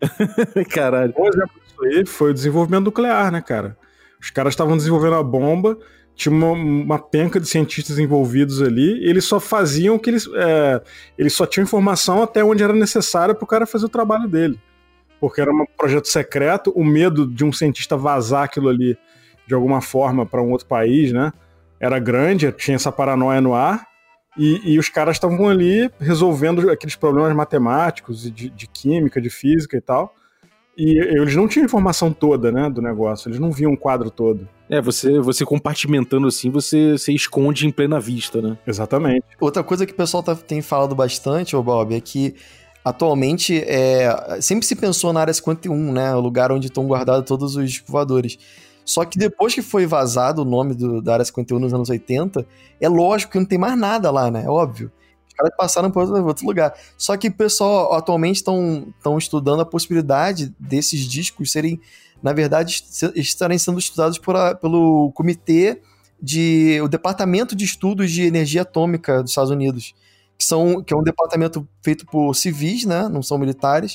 Speaker 2: Caralho.
Speaker 3: Um exemplo disso aí foi o desenvolvimento nuclear, né, cara? Os caras estavam desenvolvendo a bomba, tinha uma penca de cientistas envolvidos ali, e eles só faziam o que eles só tinham informação até onde era necessário pro cara fazer o trabalho dele. Porque era um projeto secreto, o medo de um cientista vazar aquilo ali de alguma forma para um outro país, né? Era grande, tinha essa paranoia no ar, e os caras estavam ali resolvendo aqueles problemas matemáticos, de química, de física e tal, e eles não tinham informação toda, né, do negócio, eles não viam o quadro todo.
Speaker 2: Você compartimentando assim, você esconde em plena vista, né?
Speaker 3: Exatamente.
Speaker 4: Outra coisa que o pessoal tem falado bastante, Bob, é que atualmente sempre se pensou na Área 51, né, o lugar onde estão guardados todos os voadores. Só que depois que foi vazado o nome da Área 51 nos anos 80, é lógico que não tem mais nada lá, né? É óbvio. Os caras passaram para outro lugar. Só que o pessoal atualmente estão estudando a possibilidade desses discos serem, na verdade, estarem sendo estudados pelo comitê o Departamento de Estudos de Energia Atômica dos Estados Unidos, que é um departamento feito por civis, né? Não são militares.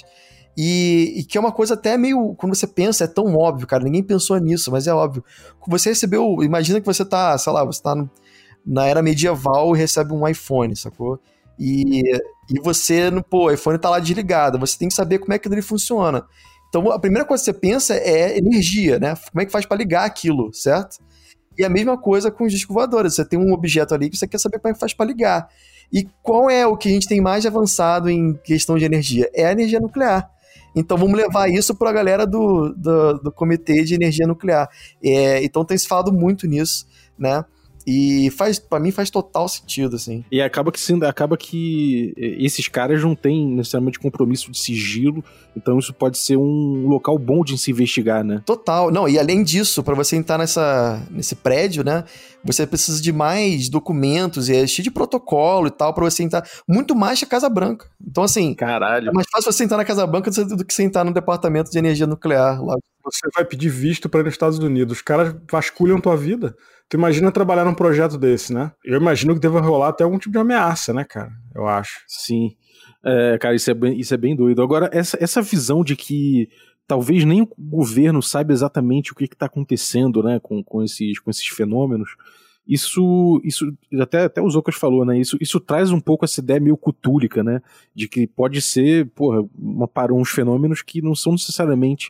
Speaker 4: E que é uma coisa até meio... Quando você pensa, é tão óbvio, cara. Ninguém pensou nisso, mas é óbvio. Você recebeu... Imagina que você tá, sei lá, você tá na era medieval e recebe um iPhone, sacou? E você, o iPhone tá lá desligado. Você tem que saber como é que ele funciona. Então, a primeira coisa que você pensa é energia, né? Como é que faz pra ligar aquilo, certo? E a mesma coisa com os discos voadores. Você tem um objeto ali que você quer saber como é que faz pra ligar. E qual é o que a gente tem mais avançado em questão de energia? É a energia nuclear. Então vamos levar isso para a galera do Comitê de Energia Nuclear. Então tem se falado muito nisso, né? E para mim faz total sentido, assim.
Speaker 2: E acaba que esses caras não têm necessariamente compromisso de sigilo Então isso pode ser um local bom de se investigar, né?
Speaker 4: Total. Não, e além disso, para você entrar nesse prédio, né, você precisa de mais documentos, e é cheio de protocolo e tal, para você entrar. Muito mais que a Casa Branca. Então, assim,
Speaker 2: Caralho.
Speaker 4: é mais fácil você entrar na Casa Branca do que você entrar no departamento de energia nuclear lá.
Speaker 3: Você vai pedir visto para ir nos Estados Unidos. Os caras vasculham tua vida. Tu imagina trabalhar num projeto desse, né? Eu imagino que deva rolar até algum tipo de ameaça, né, cara? Eu acho.
Speaker 2: Sim. Cara, isso é bem doido. Agora, essa visão de que talvez nem o governo saiba exatamente o que está acontecendo, né, com esses fenômenos, isso até o Zocas falou, né? Isso traz um pouco essa ideia meio cutúlica, né? De que pode ser, uns fenômenos que não são necessariamente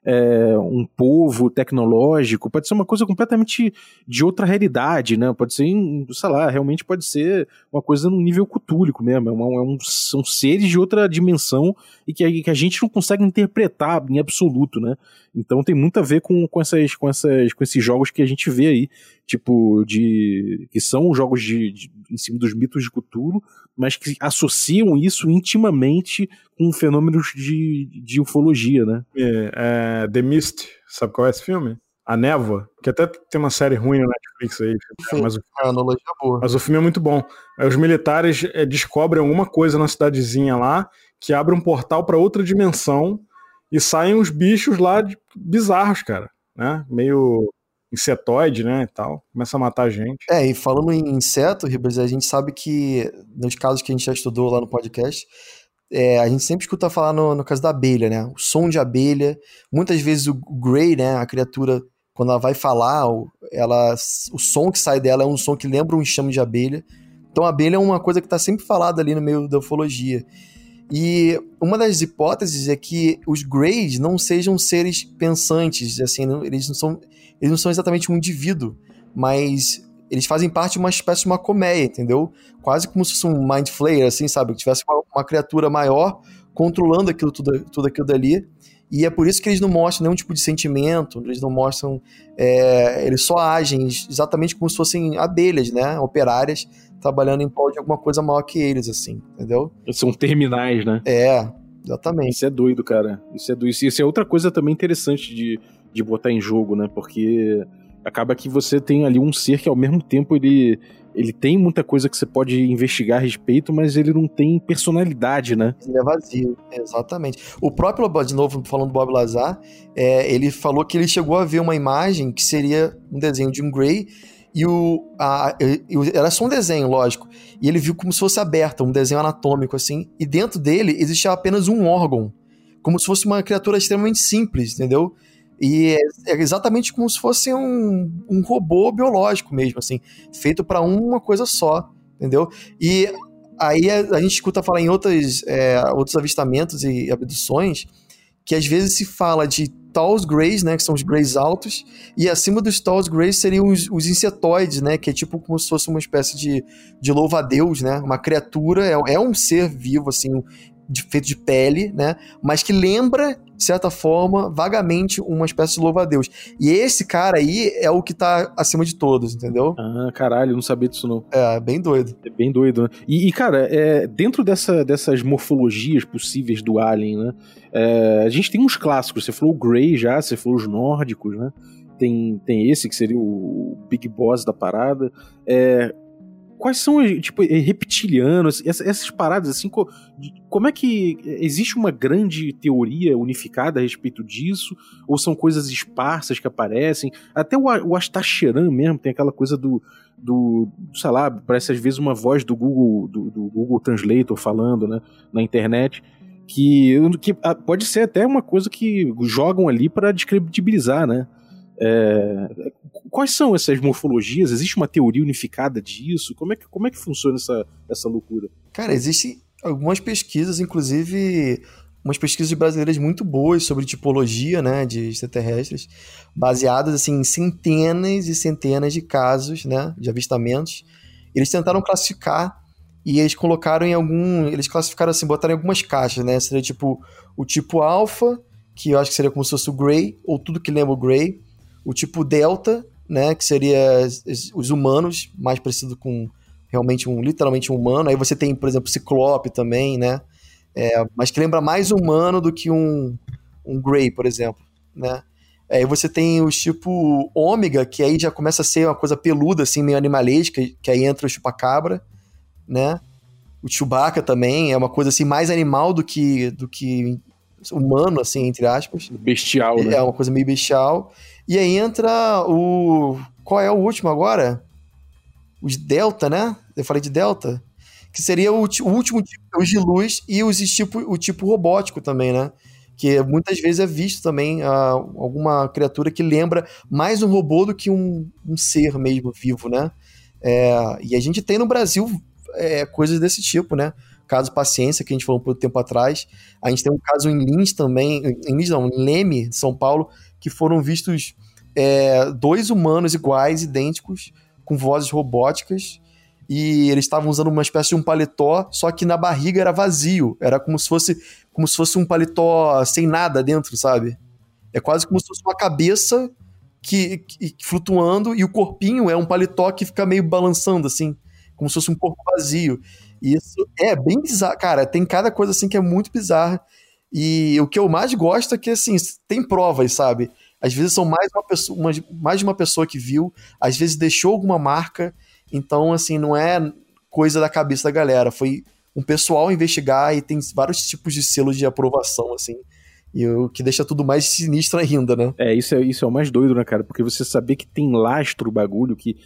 Speaker 2: um povo tecnológico, pode ser uma coisa completamente de outra realidade, né? Pode ser, sei lá, realmente pode ser uma coisa num nível cutúlico mesmo, são seres de outra dimensão e que a gente não consegue interpretar em absoluto, né? Então tem muito a ver com esses jogos que a gente vê aí, tipo, que são jogos em cima dos mitos de Cthulhu, mas que associam isso intimamente com fenômenos de ufologia, né?
Speaker 3: The Mist, sabe qual é esse filme? A Névoa, que até tem uma série ruim na Netflix aí. Mas
Speaker 4: a analogia é boa.
Speaker 3: Mas o filme é muito bom. Os militares descobrem alguma coisa na cidadezinha lá, que abre um portal para outra dimensão, e saem uns bichos lá bizarros, cara, né? Meio insetoide, né, e tal. Começa a matar a gente.
Speaker 4: E falando em inseto, Ribas, a gente sabe que, nos casos que a gente já estudou lá no podcast, a gente sempre escuta falar no caso da abelha, né? O som de abelha. Muitas vezes o Grey, né, a criatura, quando ela vai falar, o som que sai dela é um som que lembra um enxame de abelha. Então a abelha é uma coisa que está sempre falada ali no meio da ufologia. E uma das hipóteses é que os Greys não sejam seres pensantes, assim, eles não são exatamente um indivíduo, mas eles fazem parte de uma espécie de uma colmeia, entendeu? Quase como se fosse um Mind Flayer, assim, sabe? Que tivesse uma criatura maior controlando tudo aquilo dali. E é por isso que eles não mostram nenhum tipo de sentimento, eles não mostram... eles só agem exatamente como se fossem abelhas, né? Operárias, trabalhando em prol de alguma coisa maior que eles, assim, entendeu?
Speaker 2: Eles são terminais, né?
Speaker 4: Exatamente.
Speaker 2: Isso é doido, cara. Isso é outra coisa também interessante de botar em jogo, né? Porque acaba que você tem ali um ser que ao mesmo tempo ele tem muita coisa que você pode investigar a respeito, mas ele não tem personalidade, né?
Speaker 4: Ele é vazio, exatamente. O próprio, de novo, falando do Bob Lazar, ele falou que ele chegou a ver uma imagem que seria um desenho de um Grey, e era só um desenho, lógico, e ele viu como se fosse aberto, um desenho anatômico, assim, e dentro dele existia apenas um órgão, como se fosse uma criatura extremamente simples, entendeu? E é exatamente como se fosse um robô biológico mesmo, assim, feito para uma coisa só, entendeu? E aí a gente escuta falar em outros avistamentos e abduções, que às vezes se fala de Tall Greys, né, que são os Greys altos, e acima dos Tall Greys seriam os insetoides, né, que é tipo como se fosse uma espécie de louva-a-Deus, né, uma criatura, é um ser vivo, assim, feito de pele, né, mas que lembra, de certa forma, vagamente uma espécie de louva-a-Deus. E esse cara aí é o que tá acima de todos, entendeu?
Speaker 2: Ah, caralho, eu não sabia disso não.
Speaker 4: É, bem doido.
Speaker 2: É bem doido, né? E cara, dentro dessas morfologias possíveis do Alien, né, a gente tem uns clássicos, você falou o Grey já, você falou os nórdicos, né, tem esse que seria o Big Boss da parada, quais são, tipo, reptilianos, essas paradas, assim, como é que existe uma grande teoria unificada a respeito disso, ou são coisas esparsas que aparecem? Até o Astacheran mesmo tem aquela coisa do sei lá, parece às vezes uma voz do Google Translator falando, né, na internet, que pode ser até uma coisa que jogam ali para descredibilizar, né? Quais são essas morfologias? Existe uma teoria unificada disso? Como é que funciona essa loucura?
Speaker 4: Cara, existem algumas pesquisas, inclusive umas pesquisas brasileiras muito boas sobre tipologia, né, de extraterrestres, baseadas assim, em centenas e centenas de casos, né, de avistamentos. Eles tentaram classificar e eles colocaram eles classificaram assim, botaram em algumas caixas, né, seria tipo o tipo alfa, que eu acho que seria como se fosse o Grey, ou tudo que lembra o Grey, o tipo delta, né, que seria os humanos, mais parecido com realmente literalmente um humano. Aí você tem, por exemplo, Ciclope também, né, mas que lembra mais humano do que um Grey, por exemplo, né? Aí você tem os tipo ômega, que aí já começa a ser uma coisa peluda, assim, meio animalesca, que aí entra o chupacabra, né? O Chewbacca também é uma coisa assim mais animal do que humano, assim, entre aspas.
Speaker 2: Bestial, né?
Speaker 4: É uma coisa meio bestial. E aí entra o... Qual é o último agora? Os Delta, né? Eu falei de Delta. Que seria o último tipo, os de luz e o tipo robótico também, né? Que muitas vezes é visto também alguma criatura que lembra mais um robô do que um ser mesmo vivo, né? E a gente tem no Brasil coisas desse tipo, né? Caso Paciência, que a gente falou um tempo atrás. A gente tem um caso em Lins também, em Leme, São Paulo, que foram vistos 2 humanos iguais, idênticos, com vozes robóticas, e eles estavam usando uma espécie de um paletó, só que na barriga era vazio, era como se fosse um paletó sem nada dentro, sabe? É quase como se fosse uma cabeça que flutuando, e o corpinho é um paletó que fica meio balançando, assim, como se fosse um corpo vazio. E isso é bem bizarro, cara, tem cada coisa assim que é muito bizarra, e o que eu mais gosto é que, assim, tem provas, sabe? Às vezes são mais de uma pessoa que viu, às vezes deixou alguma marca. Então, assim, não é coisa da cabeça da galera. Foi um pessoal investigar e tem vários tipos de selos de aprovação, assim. E o que deixa tudo mais sinistro ainda, né?
Speaker 2: Isso é o mais doido, né, cara? Porque você saber que tem lastro o bagulho, que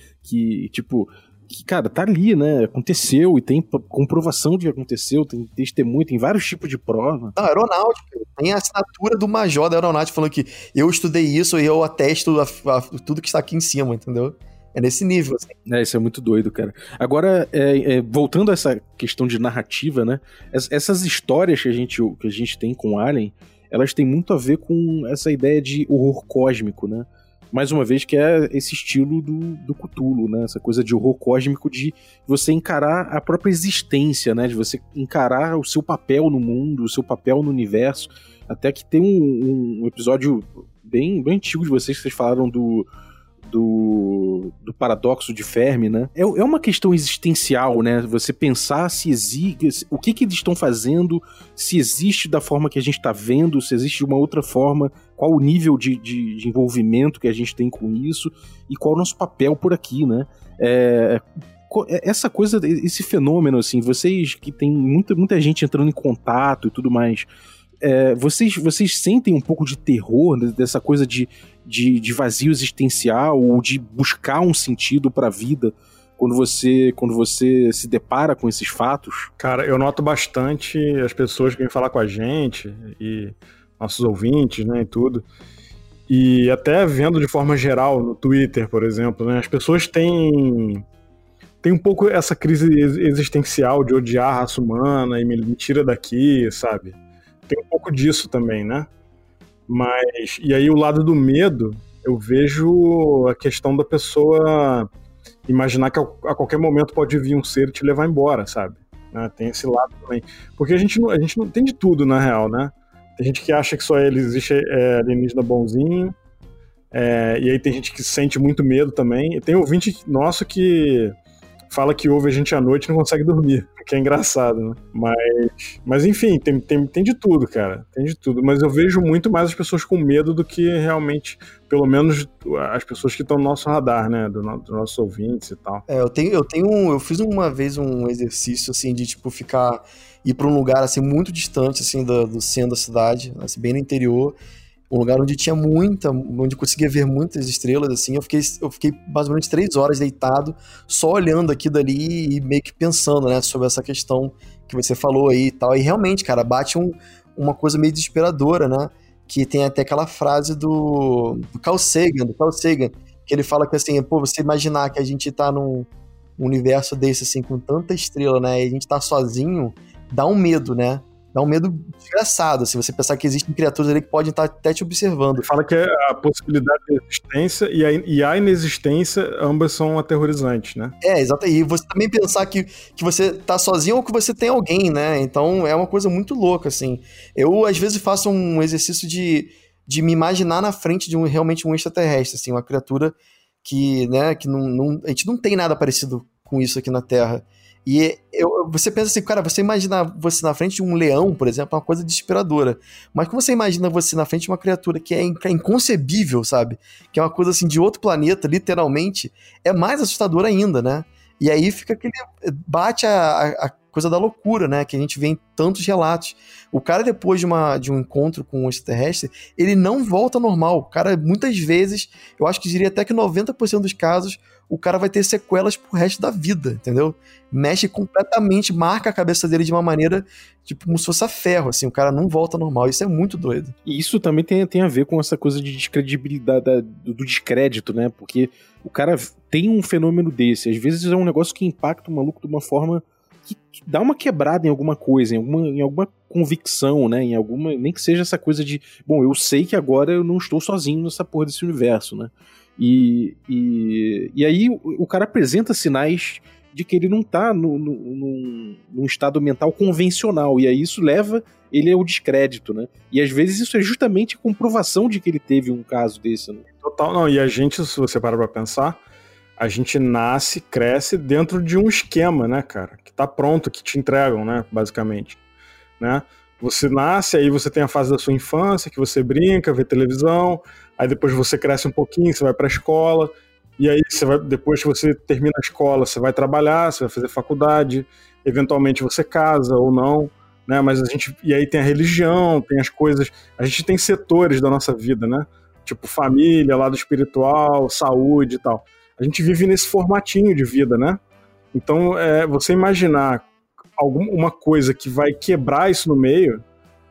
Speaker 2: cara, tá ali, né? Aconteceu e tem comprovação de que aconteceu, tem testemunho, tem vários tipos de prova.
Speaker 4: Não, aeronáutica. Tem a assinatura do major da aeronáutica falando que eu estudei isso e eu atesto tudo que está aqui em cima, entendeu? É nesse nível, assim.
Speaker 2: Isso é muito doido, cara. Agora, voltando a essa questão de narrativa, né? Essas histórias que a gente tem com Alien, elas têm muito a ver com essa ideia de horror cósmico, né? Mais uma vez, que é esse estilo do Cthulhu, né? Essa coisa de horror cósmico de você encarar a própria existência, né? De você encarar o seu papel no mundo, o seu papel no universo. Até que tem um episódio bem antigo de vocês, que vocês falaram do paradoxo de Fermi, né? É uma questão existencial, né? Você pensar se existe, o que eles estão fazendo, se existe da forma que a gente está vendo, se existe de uma outra forma, qual o nível de envolvimento que a gente tem com isso e qual o nosso papel por aqui, né? Essa coisa, esse fenômeno, assim, vocês que tem muita gente entrando em contato e tudo mais, vocês sentem um pouco de terror dessa coisa de vazio existencial ou de buscar um sentido para a vida quando você se depara com esses fatos?
Speaker 3: Cara, eu noto bastante as pessoas que vêm falar com a gente e nossos ouvintes, né, e tudo. E até vendo de forma geral no Twitter, por exemplo, né, as pessoas têm um pouco essa crise existencial de odiar a raça humana e me tira daqui, sabe? Tem um pouco disso também, né? Mas, e aí o lado do medo, eu vejo a questão da pessoa imaginar que a qualquer momento pode vir um ser e te levar embora, sabe? Né? Tem esse lado também. Porque a gente não tem de tudo, na real, né? Tem gente que acha que só existe alienígena bonzinho, e aí tem gente que sente muito medo também. E tem ouvinte nosso que fala que ouve a gente à noite e não consegue dormir, que é engraçado, né? Mas enfim, tem de tudo, cara. Tem de tudo. Mas eu vejo muito mais as pessoas com medo do que realmente, pelo menos, as pessoas que estão no nosso radar, né? Dos nossos ouvintes e tal.
Speaker 4: Eu fiz uma vez um exercício, assim, de, tipo, ir pra um lugar, assim, muito distante, assim, do centro da cidade, assim, bem no interior, um lugar onde onde eu conseguia ver muitas estrelas, assim. Eu fiquei mais ou menos 3 horas deitado, só olhando aqui dali e meio que pensando, né, sobre essa questão que você falou aí e tal. E realmente, cara, bate uma coisa meio desesperadora, né? Que tem até aquela frase do Carl Sagan, que ele fala que, assim, pô, você imaginar que a gente tá num universo desse, assim, com tanta estrela, né, e a gente tá sozinho, dá um medo, né? Dá um medo desgraçado, assim, você pensar que existem criaturas ali que podem estar até te observando.
Speaker 3: Fala que a possibilidade de existência e a inexistência, ambas são aterrorizantes, né?
Speaker 4: Exato. E você também pensar que você tá sozinho ou que você tem alguém, né? Então é uma coisa muito louca, assim. Eu, às vezes, faço um exercício de me imaginar na frente de realmente um extraterrestre, assim, uma criatura que, né, que a gente não tem nada parecido com isso aqui na Terra. E você pensa assim, cara, você imagina você na frente de um leão, por exemplo, é uma coisa desesperadora. Mas quando você imagina você na frente de uma criatura que é inconcebível, sabe? Que é uma coisa assim de outro planeta, literalmente, é mais assustador ainda, né? E aí fica aquele... bate a coisa da loucura, né? Que a gente vê em tantos relatos. O cara, depois de um encontro com um extraterrestre, ele não volta ao normal. O cara, muitas vezes, eu acho que diria até que 90% dos casos, o cara vai ter sequelas pro resto da vida, entendeu? Mexe completamente, marca a cabeça dele de uma maneira, tipo, como se fosse a ferro, assim, o cara não volta ao normal. Isso é muito doido.
Speaker 2: E isso também tem a ver com essa coisa de descredibilidade, do descrédito, né? Porque o cara tem um fenômeno desse. Às vezes é um negócio que impacta o maluco de uma forma que dá uma quebrada em alguma coisa, em alguma convicção, né? Em alguma, nem que seja essa coisa de, bom, eu sei que agora eu não estou sozinho nessa porra desse universo, né? E aí o cara apresenta sinais de que ele não tá num estado mental convencional, e aí isso leva ele ao descrédito, né? E às vezes isso é justamente a comprovação de que ele teve um caso desse, né?
Speaker 3: Total, não, e a gente, se você parar pra pensar, a gente nasce, cresce dentro de um esquema, né, cara? Que tá pronto, que te entregam, né, basicamente, né? Você nasce, aí você tem a fase da sua infância, que você brinca, vê televisão, aí depois você cresce um pouquinho, você vai pra escola, e aí depois que você termina a escola, você vai trabalhar, você vai fazer faculdade, eventualmente você casa ou não, né? Mas e aí tem a religião, tem as coisas, a gente tem setores da nossa vida, né? Tipo família, lado espiritual, saúde e tal. A gente vive nesse formatinho de vida, né? Então, você imaginar uma coisa que vai quebrar isso no meio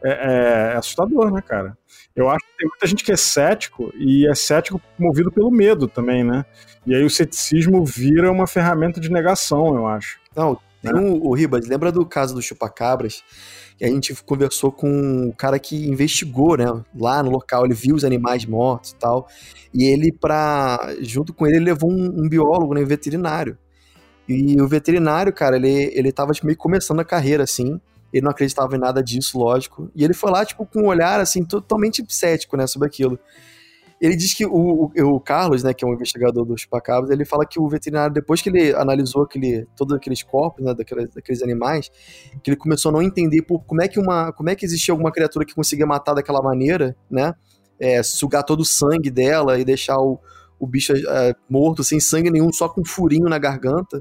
Speaker 3: é assustador, né, cara? Eu acho que tem muita gente que é cético, e é cético movido pelo medo também, né? E aí o ceticismo vira uma ferramenta de negação, eu acho.
Speaker 4: Não, tem o Ribas, lembra do caso do chupacabras? Que a gente conversou com o cara que investigou, né? Lá no local, ele viu os animais mortos e tal. E ele, junto com ele levou um biólogo, né, veterinário. E o veterinário, cara, ele tava tipo, meio começando a carreira, assim. Ele não acreditava em nada disso, lógico. E ele foi lá, tipo, com um olhar, assim, totalmente cético, né, sobre aquilo. Ele diz que o Carlos, né, que é um investigador dos chupacabras, ele fala que o veterinário, depois que ele analisou todos aqueles corpos, né, daqueles animais, que ele começou a não entender como é que existia alguma criatura que conseguia matar daquela maneira, né, sugar todo o sangue dela e deixar o bicho morto, sem sangue nenhum, só com um furinho na garganta.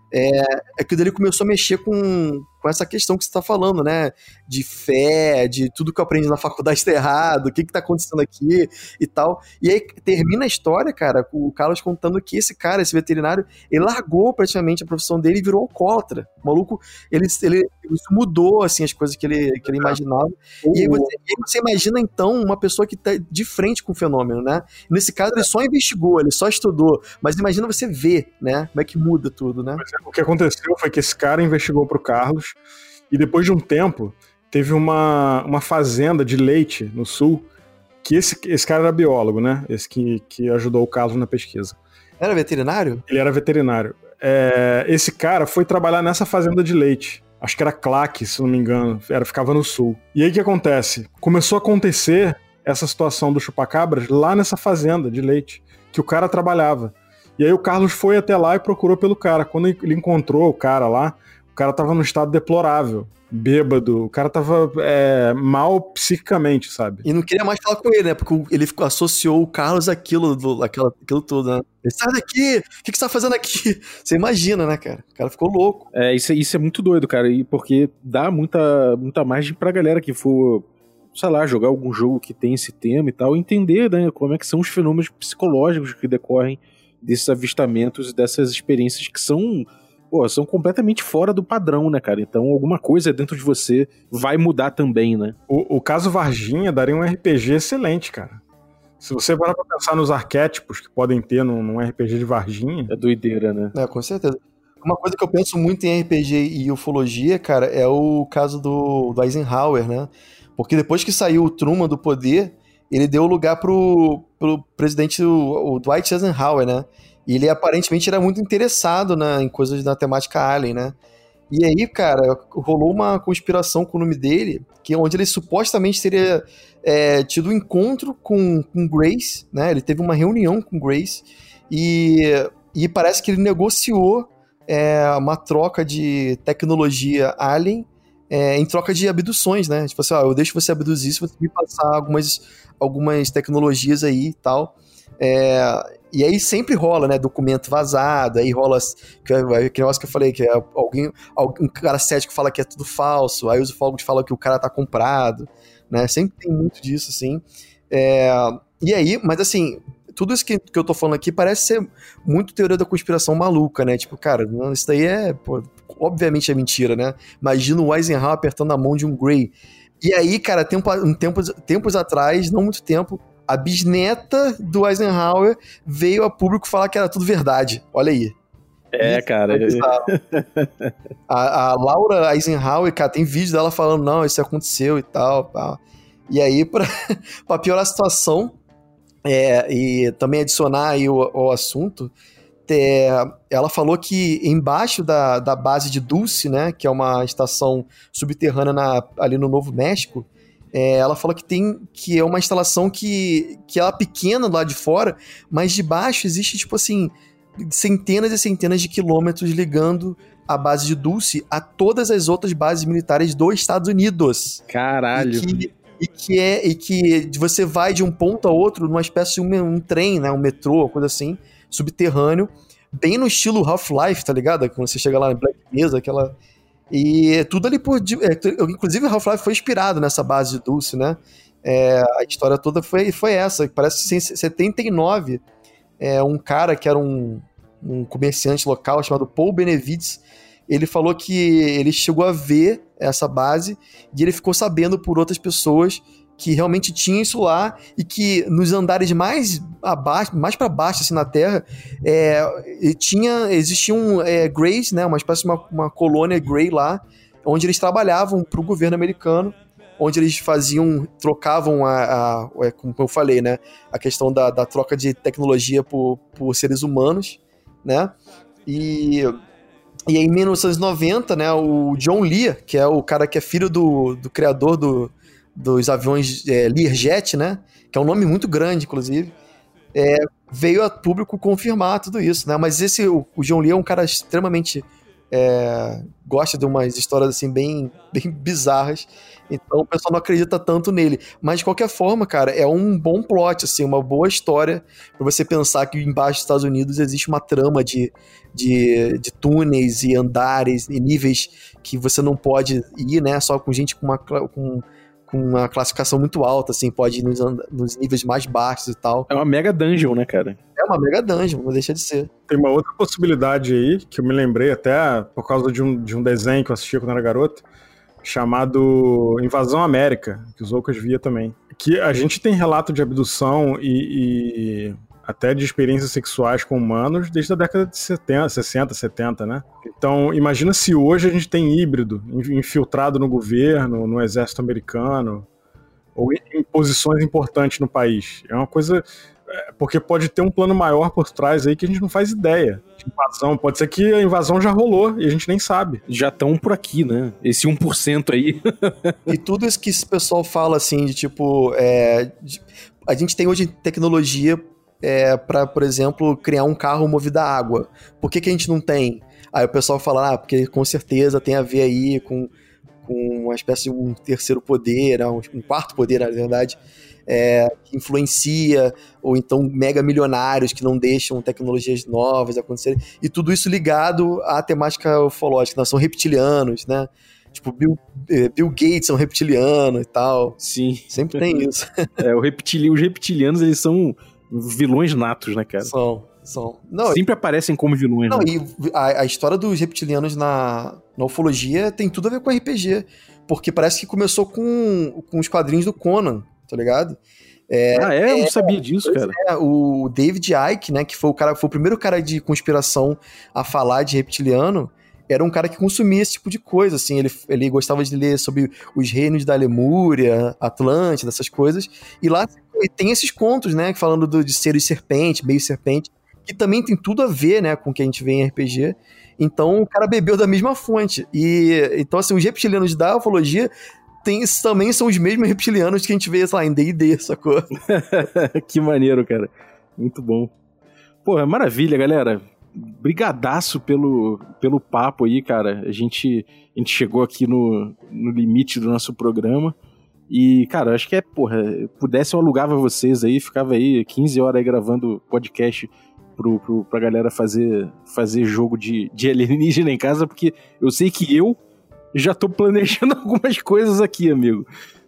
Speaker 4: Que ele começou a mexer com essa questão que você está falando, né? De fé, de tudo que eu aprendi na faculdade está errado, o que está acontecendo aqui e tal. E aí termina a história, cara, com o Carlos contando que esse veterinário, ele largou praticamente a profissão dele e virou alcoólatra. O maluco, isso mudou, assim, as coisas que ele imaginava. E aí você imagina, então, uma pessoa que está de frente com o fenômeno, né? Nesse caso, ele só investigou, ele só estudou. Mas imagina você ver, né? Como é que muda tudo, né?
Speaker 3: O que aconteceu foi que esse cara investigou pro Carlos, e depois de um tempo teve uma fazenda de leite no sul, que esse cara era biólogo, né? Esse que ajudou o Carlos na pesquisa.
Speaker 4: Era veterinário?
Speaker 3: Ele era veterinário. Esse cara foi trabalhar nessa fazenda de leite. Acho que era Claque, se não me engano. Ficava no sul. E aí o que acontece? Começou a acontecer essa situação do chupacabras lá nessa fazenda de leite, que o cara trabalhava. E aí o Carlos foi até lá e procurou pelo cara. Quando ele encontrou o cara lá, o cara tava num estado deplorável, bêbado, o cara tava mal psiquicamente, sabe?
Speaker 4: E não queria mais falar com ele, né? Porque ele associou o Carlos àquilo tudo, né? Ele, sai daqui! O que você tá fazendo aqui? Você imagina, né, cara? O cara ficou louco.
Speaker 2: Isso é muito doido, cara, e porque dá muita margem pra galera que for, sei lá, jogar algum jogo que tem esse tema e tal, entender, né, como é que são os fenômenos psicológicos que decorrem desses avistamentos e dessas experiências que são completamente fora do padrão, né, cara? Então alguma coisa dentro de você vai mudar também, né?
Speaker 3: O caso Varginha daria um RPG excelente, cara. Se você parar pra pensar nos arquétipos que podem ter num RPG de Varginha...
Speaker 2: É doideira, né?
Speaker 4: Com certeza. Uma coisa que eu penso muito em RPG e ufologia, cara, é o caso do Eisenhower, né? Porque depois que saiu o Truman do poder, ele deu lugar pro presidente, o Dwight Eisenhower, né? E ele aparentemente era muito interessado em coisas da temática Alien, né? E aí, cara, rolou uma conspiração com o nome dele, onde ele supostamente teria tido um encontro com Grace, né? Ele teve uma reunião com Grace e parece que ele negociou uma troca de tecnologia alien em troca de abduções, né? Tipo assim, eu deixo você abduzir se você me passar algumas tecnologias aí e tal. E aí sempre rola, né? Documento vazado, aí rola que negócio que eu falei, que um cara cético fala que é tudo falso, aí os ufólogos falam que o cara tá comprado, né? Sempre tem muito disso, assim. E aí, mas assim, tudo isso que eu tô falando aqui parece ser muito teoria da conspiração maluca, né? Tipo, cara, isso daí obviamente é mentira, né? Imagina o Eisenhower apertando a mão de um Grey. E aí, cara, tempos atrás, não muito tempo, a bisneta do Eisenhower veio a público falar que era tudo verdade. Olha aí.
Speaker 2: Cara.
Speaker 4: A Laura Eisenhower, cara, tem vídeo dela falando, não, isso aconteceu e tal. E aí, pra piorar a situação, e também adicionar aí o assunto, ela falou que embaixo da base de Dulce, né, que é uma estação subterrânea ali no Novo México, ela falou que é uma instalação que ela é pequena do lado de fora, mas de baixo existe, tipo assim, centenas e centenas de quilômetros ligando a base de Dulce a todas as outras bases militares dos Estados Unidos.
Speaker 2: Caralho.
Speaker 4: E que você vai de um ponto a outro numa espécie de um trem, né, um metrô, uma coisa assim, subterrâneo, bem no estilo Half-Life, tá ligado? Quando você chega lá em Black Mesa, aquela... E tudo ali inclusive Half-Life foi inspirado nessa base de Dulce, né? A história toda foi essa. Parece que em 79, um cara que era um comerciante local chamado Paul Benevides, ele falou que ele chegou a ver essa base e ele ficou sabendo por outras pessoas que realmente tinha isso lá e que nos andares mais para baixo, assim, na Terra, existiam Greys, né, uma espécie de uma colônia Grey lá, onde eles trabalhavam para o governo americano, onde eles trocavam como eu falei, né, a questão da troca de tecnologia por seres humanos, né, e aí em 1990, né, o John Lee, que é o cara que é filho do criador dos aviões Learjet, né? Que é um nome muito grande, inclusive, veio a público confirmar tudo isso, né? Mas o John Lee é um cara extremamente gosta de umas histórias assim bem, bem bizarras, então o pessoal não acredita tanto nele. Mas de qualquer forma, cara, é um bom plot, assim, uma boa história para você pensar que embaixo dos Estados Unidos existe uma trama de túneis e andares e níveis que você não pode ir, né? Só com gente com uma classificação muito alta, assim, pode ir nos níveis mais baixos e tal.
Speaker 2: É uma mega dungeon, né, cara?
Speaker 4: É uma mega dungeon, não deixa de ser.
Speaker 3: Tem uma outra possibilidade aí, que eu me lembrei até por causa de um desenho que eu assistia quando era garoto, chamado Invasão América, que os Ocas via também. Que a gente tem relato de abdução e até de experiências sexuais com humanos desde a década de 60, 70, né? Então, imagina se hoje a gente tem híbrido infiltrado no governo, no exército americano, ou em posições importantes no país. É uma coisa... Porque pode ter um plano maior por trás aí que a gente não faz ideia de invasão. Pode ser que a invasão já rolou e a gente nem sabe.
Speaker 2: Já estão por aqui, né? Esse 1% aí.
Speaker 4: E tudo isso que esse pessoal fala, assim, de tipo... a gente tem hoje tecnologia para, por exemplo, criar um carro movido a água. Por que a gente não tem? Aí o pessoal fala, porque com certeza tem a ver aí com uma espécie de um terceiro poder, um quarto poder, na verdade, que influencia, ou então mega milionários que não deixam tecnologias novas acontecerem, e tudo isso ligado à temática ufológica, nós são reptilianos, né? Tipo, Bill Gates é um reptiliano e tal.
Speaker 2: Sim.
Speaker 4: Sempre tem isso.
Speaker 2: Os reptilianos, eles são vilões natos, né, cara?
Speaker 4: São. Não,
Speaker 2: sempre aparecem como vilões.
Speaker 4: Não,
Speaker 2: né?
Speaker 4: E a história dos reptilianos na ufologia tem tudo a ver com RPG. Porque parece que começou com os quadrinhos do Conan, tá ligado?
Speaker 2: Eu não sabia disso, cara.
Speaker 4: O David Icke, né, que foi o primeiro cara de conspiração a falar de reptiliano, era um cara que consumia esse tipo de coisa, assim, ele gostava de ler sobre os reinos da Lemúria, Atlântida, essas coisas, e lá tem esses contos, né, falando de ser serpente, meio serpente, que também tem tudo a ver, né, com o que a gente vê em RPG. Então o cara bebeu da mesma fonte. Então, assim, os reptilianos da ufologia também são os mesmos reptilianos que a gente vê, sei lá, em D&D, sacou?
Speaker 2: Que maneiro, cara. Muito bom. Porra, maravilha, galera. brigadaço pelo papo aí, cara. A gente chegou aqui no limite do nosso programa. E, cara, acho que pudesse eu alugava vocês aí, ficava aí 15 horas aí gravando podcast pra galera fazer jogo de alienígena em casa, porque eu sei que eu já tô planejando algumas coisas aqui, amigo.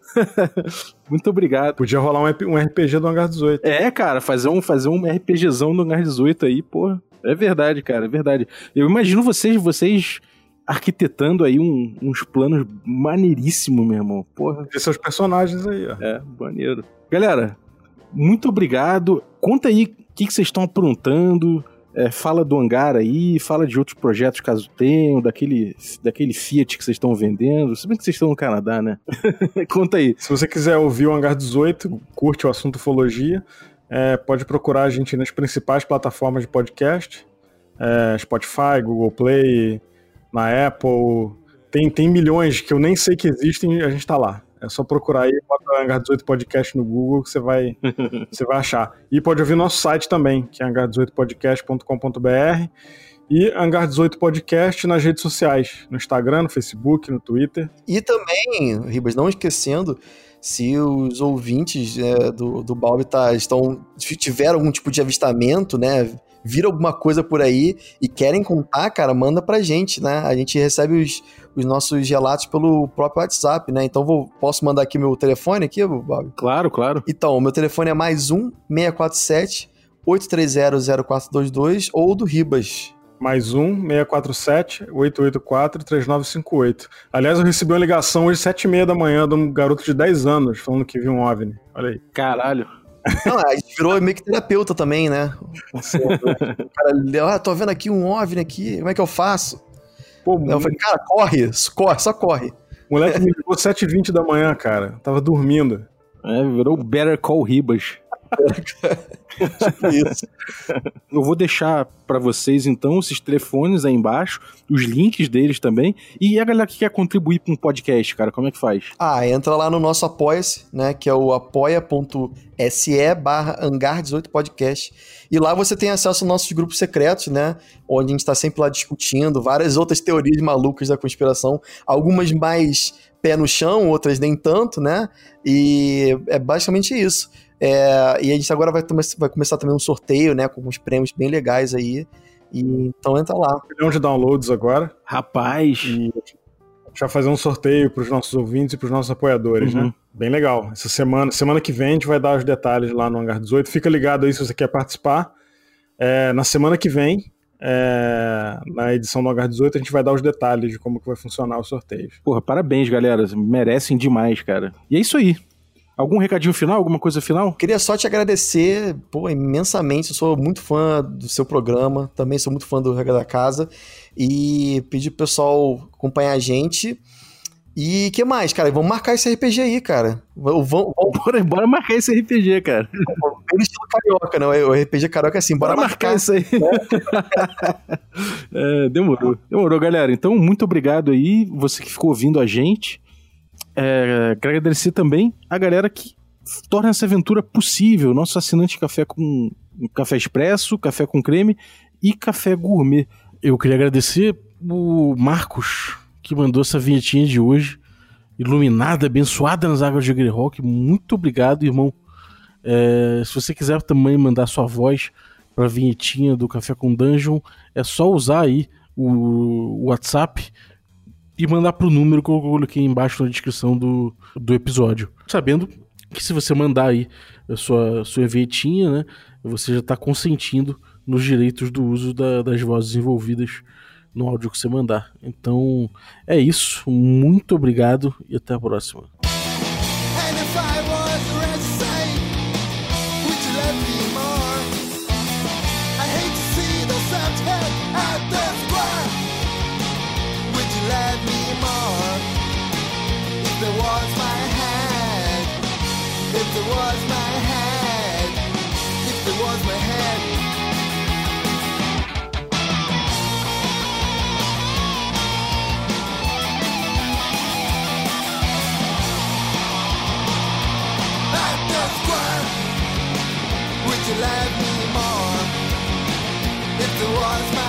Speaker 2: Muito obrigado.
Speaker 3: Podia rolar um RPG do Hangar 18.
Speaker 2: Cara, fazer um RPGzão do Hangar 18 aí, porra. É verdade, cara, é verdade. Eu imagino vocês arquitetando aí uns planos maneiríssimos, meu irmão. Porra.
Speaker 3: E seus personagens aí, ó.
Speaker 2: Maneiro. Galera, muito obrigado. Conta aí o que vocês estão aprontando. Fala do Hangar aí, fala de outros projetos caso tenham, daquele Fiat que vocês estão vendendo. Se bem que vocês estão no Canadá, né? Conta aí.
Speaker 3: Se você quiser ouvir o Hangar 18, curte o assunto ufologia, pode procurar a gente nas principais plataformas de podcast, Spotify, Google Play, na Apple. Tem milhões que eu nem sei que existem, a gente tá lá. É só procurar aí, bota Hangar 18 Podcast no Google que você vai achar. E pode ouvir nosso site também, que é hangar18podcast.com.br, e Hangar 18 Podcast nas redes sociais, no Instagram, no Facebook, no Twitter.
Speaker 4: E também, Ribas, não esquecendo, se os ouvintes do Balbi tiveram algum tipo de avistamento, né, viram alguma coisa por aí e querem contar, cara, manda pra gente, né? A gente recebe os nossos relatos pelo próprio WhatsApp, né? Então posso mandar aqui meu telefone aqui, Balbi?
Speaker 2: Claro, claro.
Speaker 4: Então, o meu telefone é +1 647 830 0422 ou do Ribas.
Speaker 3: +1 647 884 3958. Aliás, eu recebi uma ligação hoje 7h30 da manhã de um garoto de 10 anos falando que viu um OVNI. Olha aí.
Speaker 2: Caralho.
Speaker 4: Não, a gente virou meio que terapeuta também, né? O cara, tô vendo aqui um OVNI aqui, como é que eu faço? Pô, eu falei, cara, só corre.
Speaker 3: O moleque me ligou 7h20 da manhã, cara. Tava dormindo.
Speaker 2: Virou Better Call Ribas.
Speaker 4: Tipo isso.
Speaker 2: Eu vou deixar pra vocês então esses telefones aí embaixo, os links deles também, e a galera que quer contribuir com um podcast, cara, como é que faz?
Speaker 4: Entra lá no nosso Apoia-se, né, que é o apoia.se/Hangar18podcast, e lá você tem acesso aos nossos grupos secretos, né, onde a gente tá sempre lá discutindo várias outras teorias malucas da conspiração, algumas mais pé no chão, outras nem tanto, né, e é basicamente isso. E a gente agora vai começar também um sorteio, né, com uns prêmios bem legais aí, e então entra lá.
Speaker 3: 1 milhão de downloads agora.
Speaker 2: Rapaz!
Speaker 3: E a gente vai fazer um sorteio pros nossos ouvintes e pros nossos apoiadores, né? Bem legal. Essa semana que vem a gente vai dar os detalhes lá no Hangar 18. Fica ligado aí se você quer participar. Na semana que vem, na edição do Hangar 18, a gente vai dar os detalhes de como que vai funcionar os sorteios.
Speaker 2: Porra, parabéns, galera. Merecem demais, cara. E é isso aí. Algum recadinho final? Alguma coisa final?
Speaker 4: Queria só te agradecer, imensamente. Eu sou muito fã do seu programa, também sou muito fã do Regra da Casa. E pedir pro pessoal acompanhar a gente. E que mais, cara? Vamos marcar esse RPG aí, cara.
Speaker 2: Bora marcar esse RPG, cara.
Speaker 4: Bem no estilo carioca, né? O RPG carioca é assim, bora marcar
Speaker 2: isso aí. Demorou, galera. Então, muito obrigado aí, você que ficou ouvindo a gente. Quero agradecer também a galera que torna essa aventura possível. Nosso assinante Café Expresso, Café com Creme e Café Gourmet. Eu queria agradecer o Marcos, que mandou essa vinhetinha de hoje, iluminada, abençoada nas águas de Greyhawk. Muito obrigado, irmão. Se você quiser também mandar sua voz para a vinhetinha do Café com Dungeon, é só usar aí o WhatsApp e mandar pro número que eu coloquei embaixo na descrição do episódio. Sabendo que se você mandar aí a sua vinhetinha, né, você já tá consentindo nos direitos do uso das vozes envolvidas no áudio que você mandar. Então, é isso. Muito obrigado e até a próxima.
Speaker 5: Would you love me more if there was my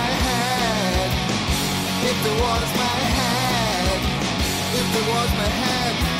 Speaker 5: If there was my hand,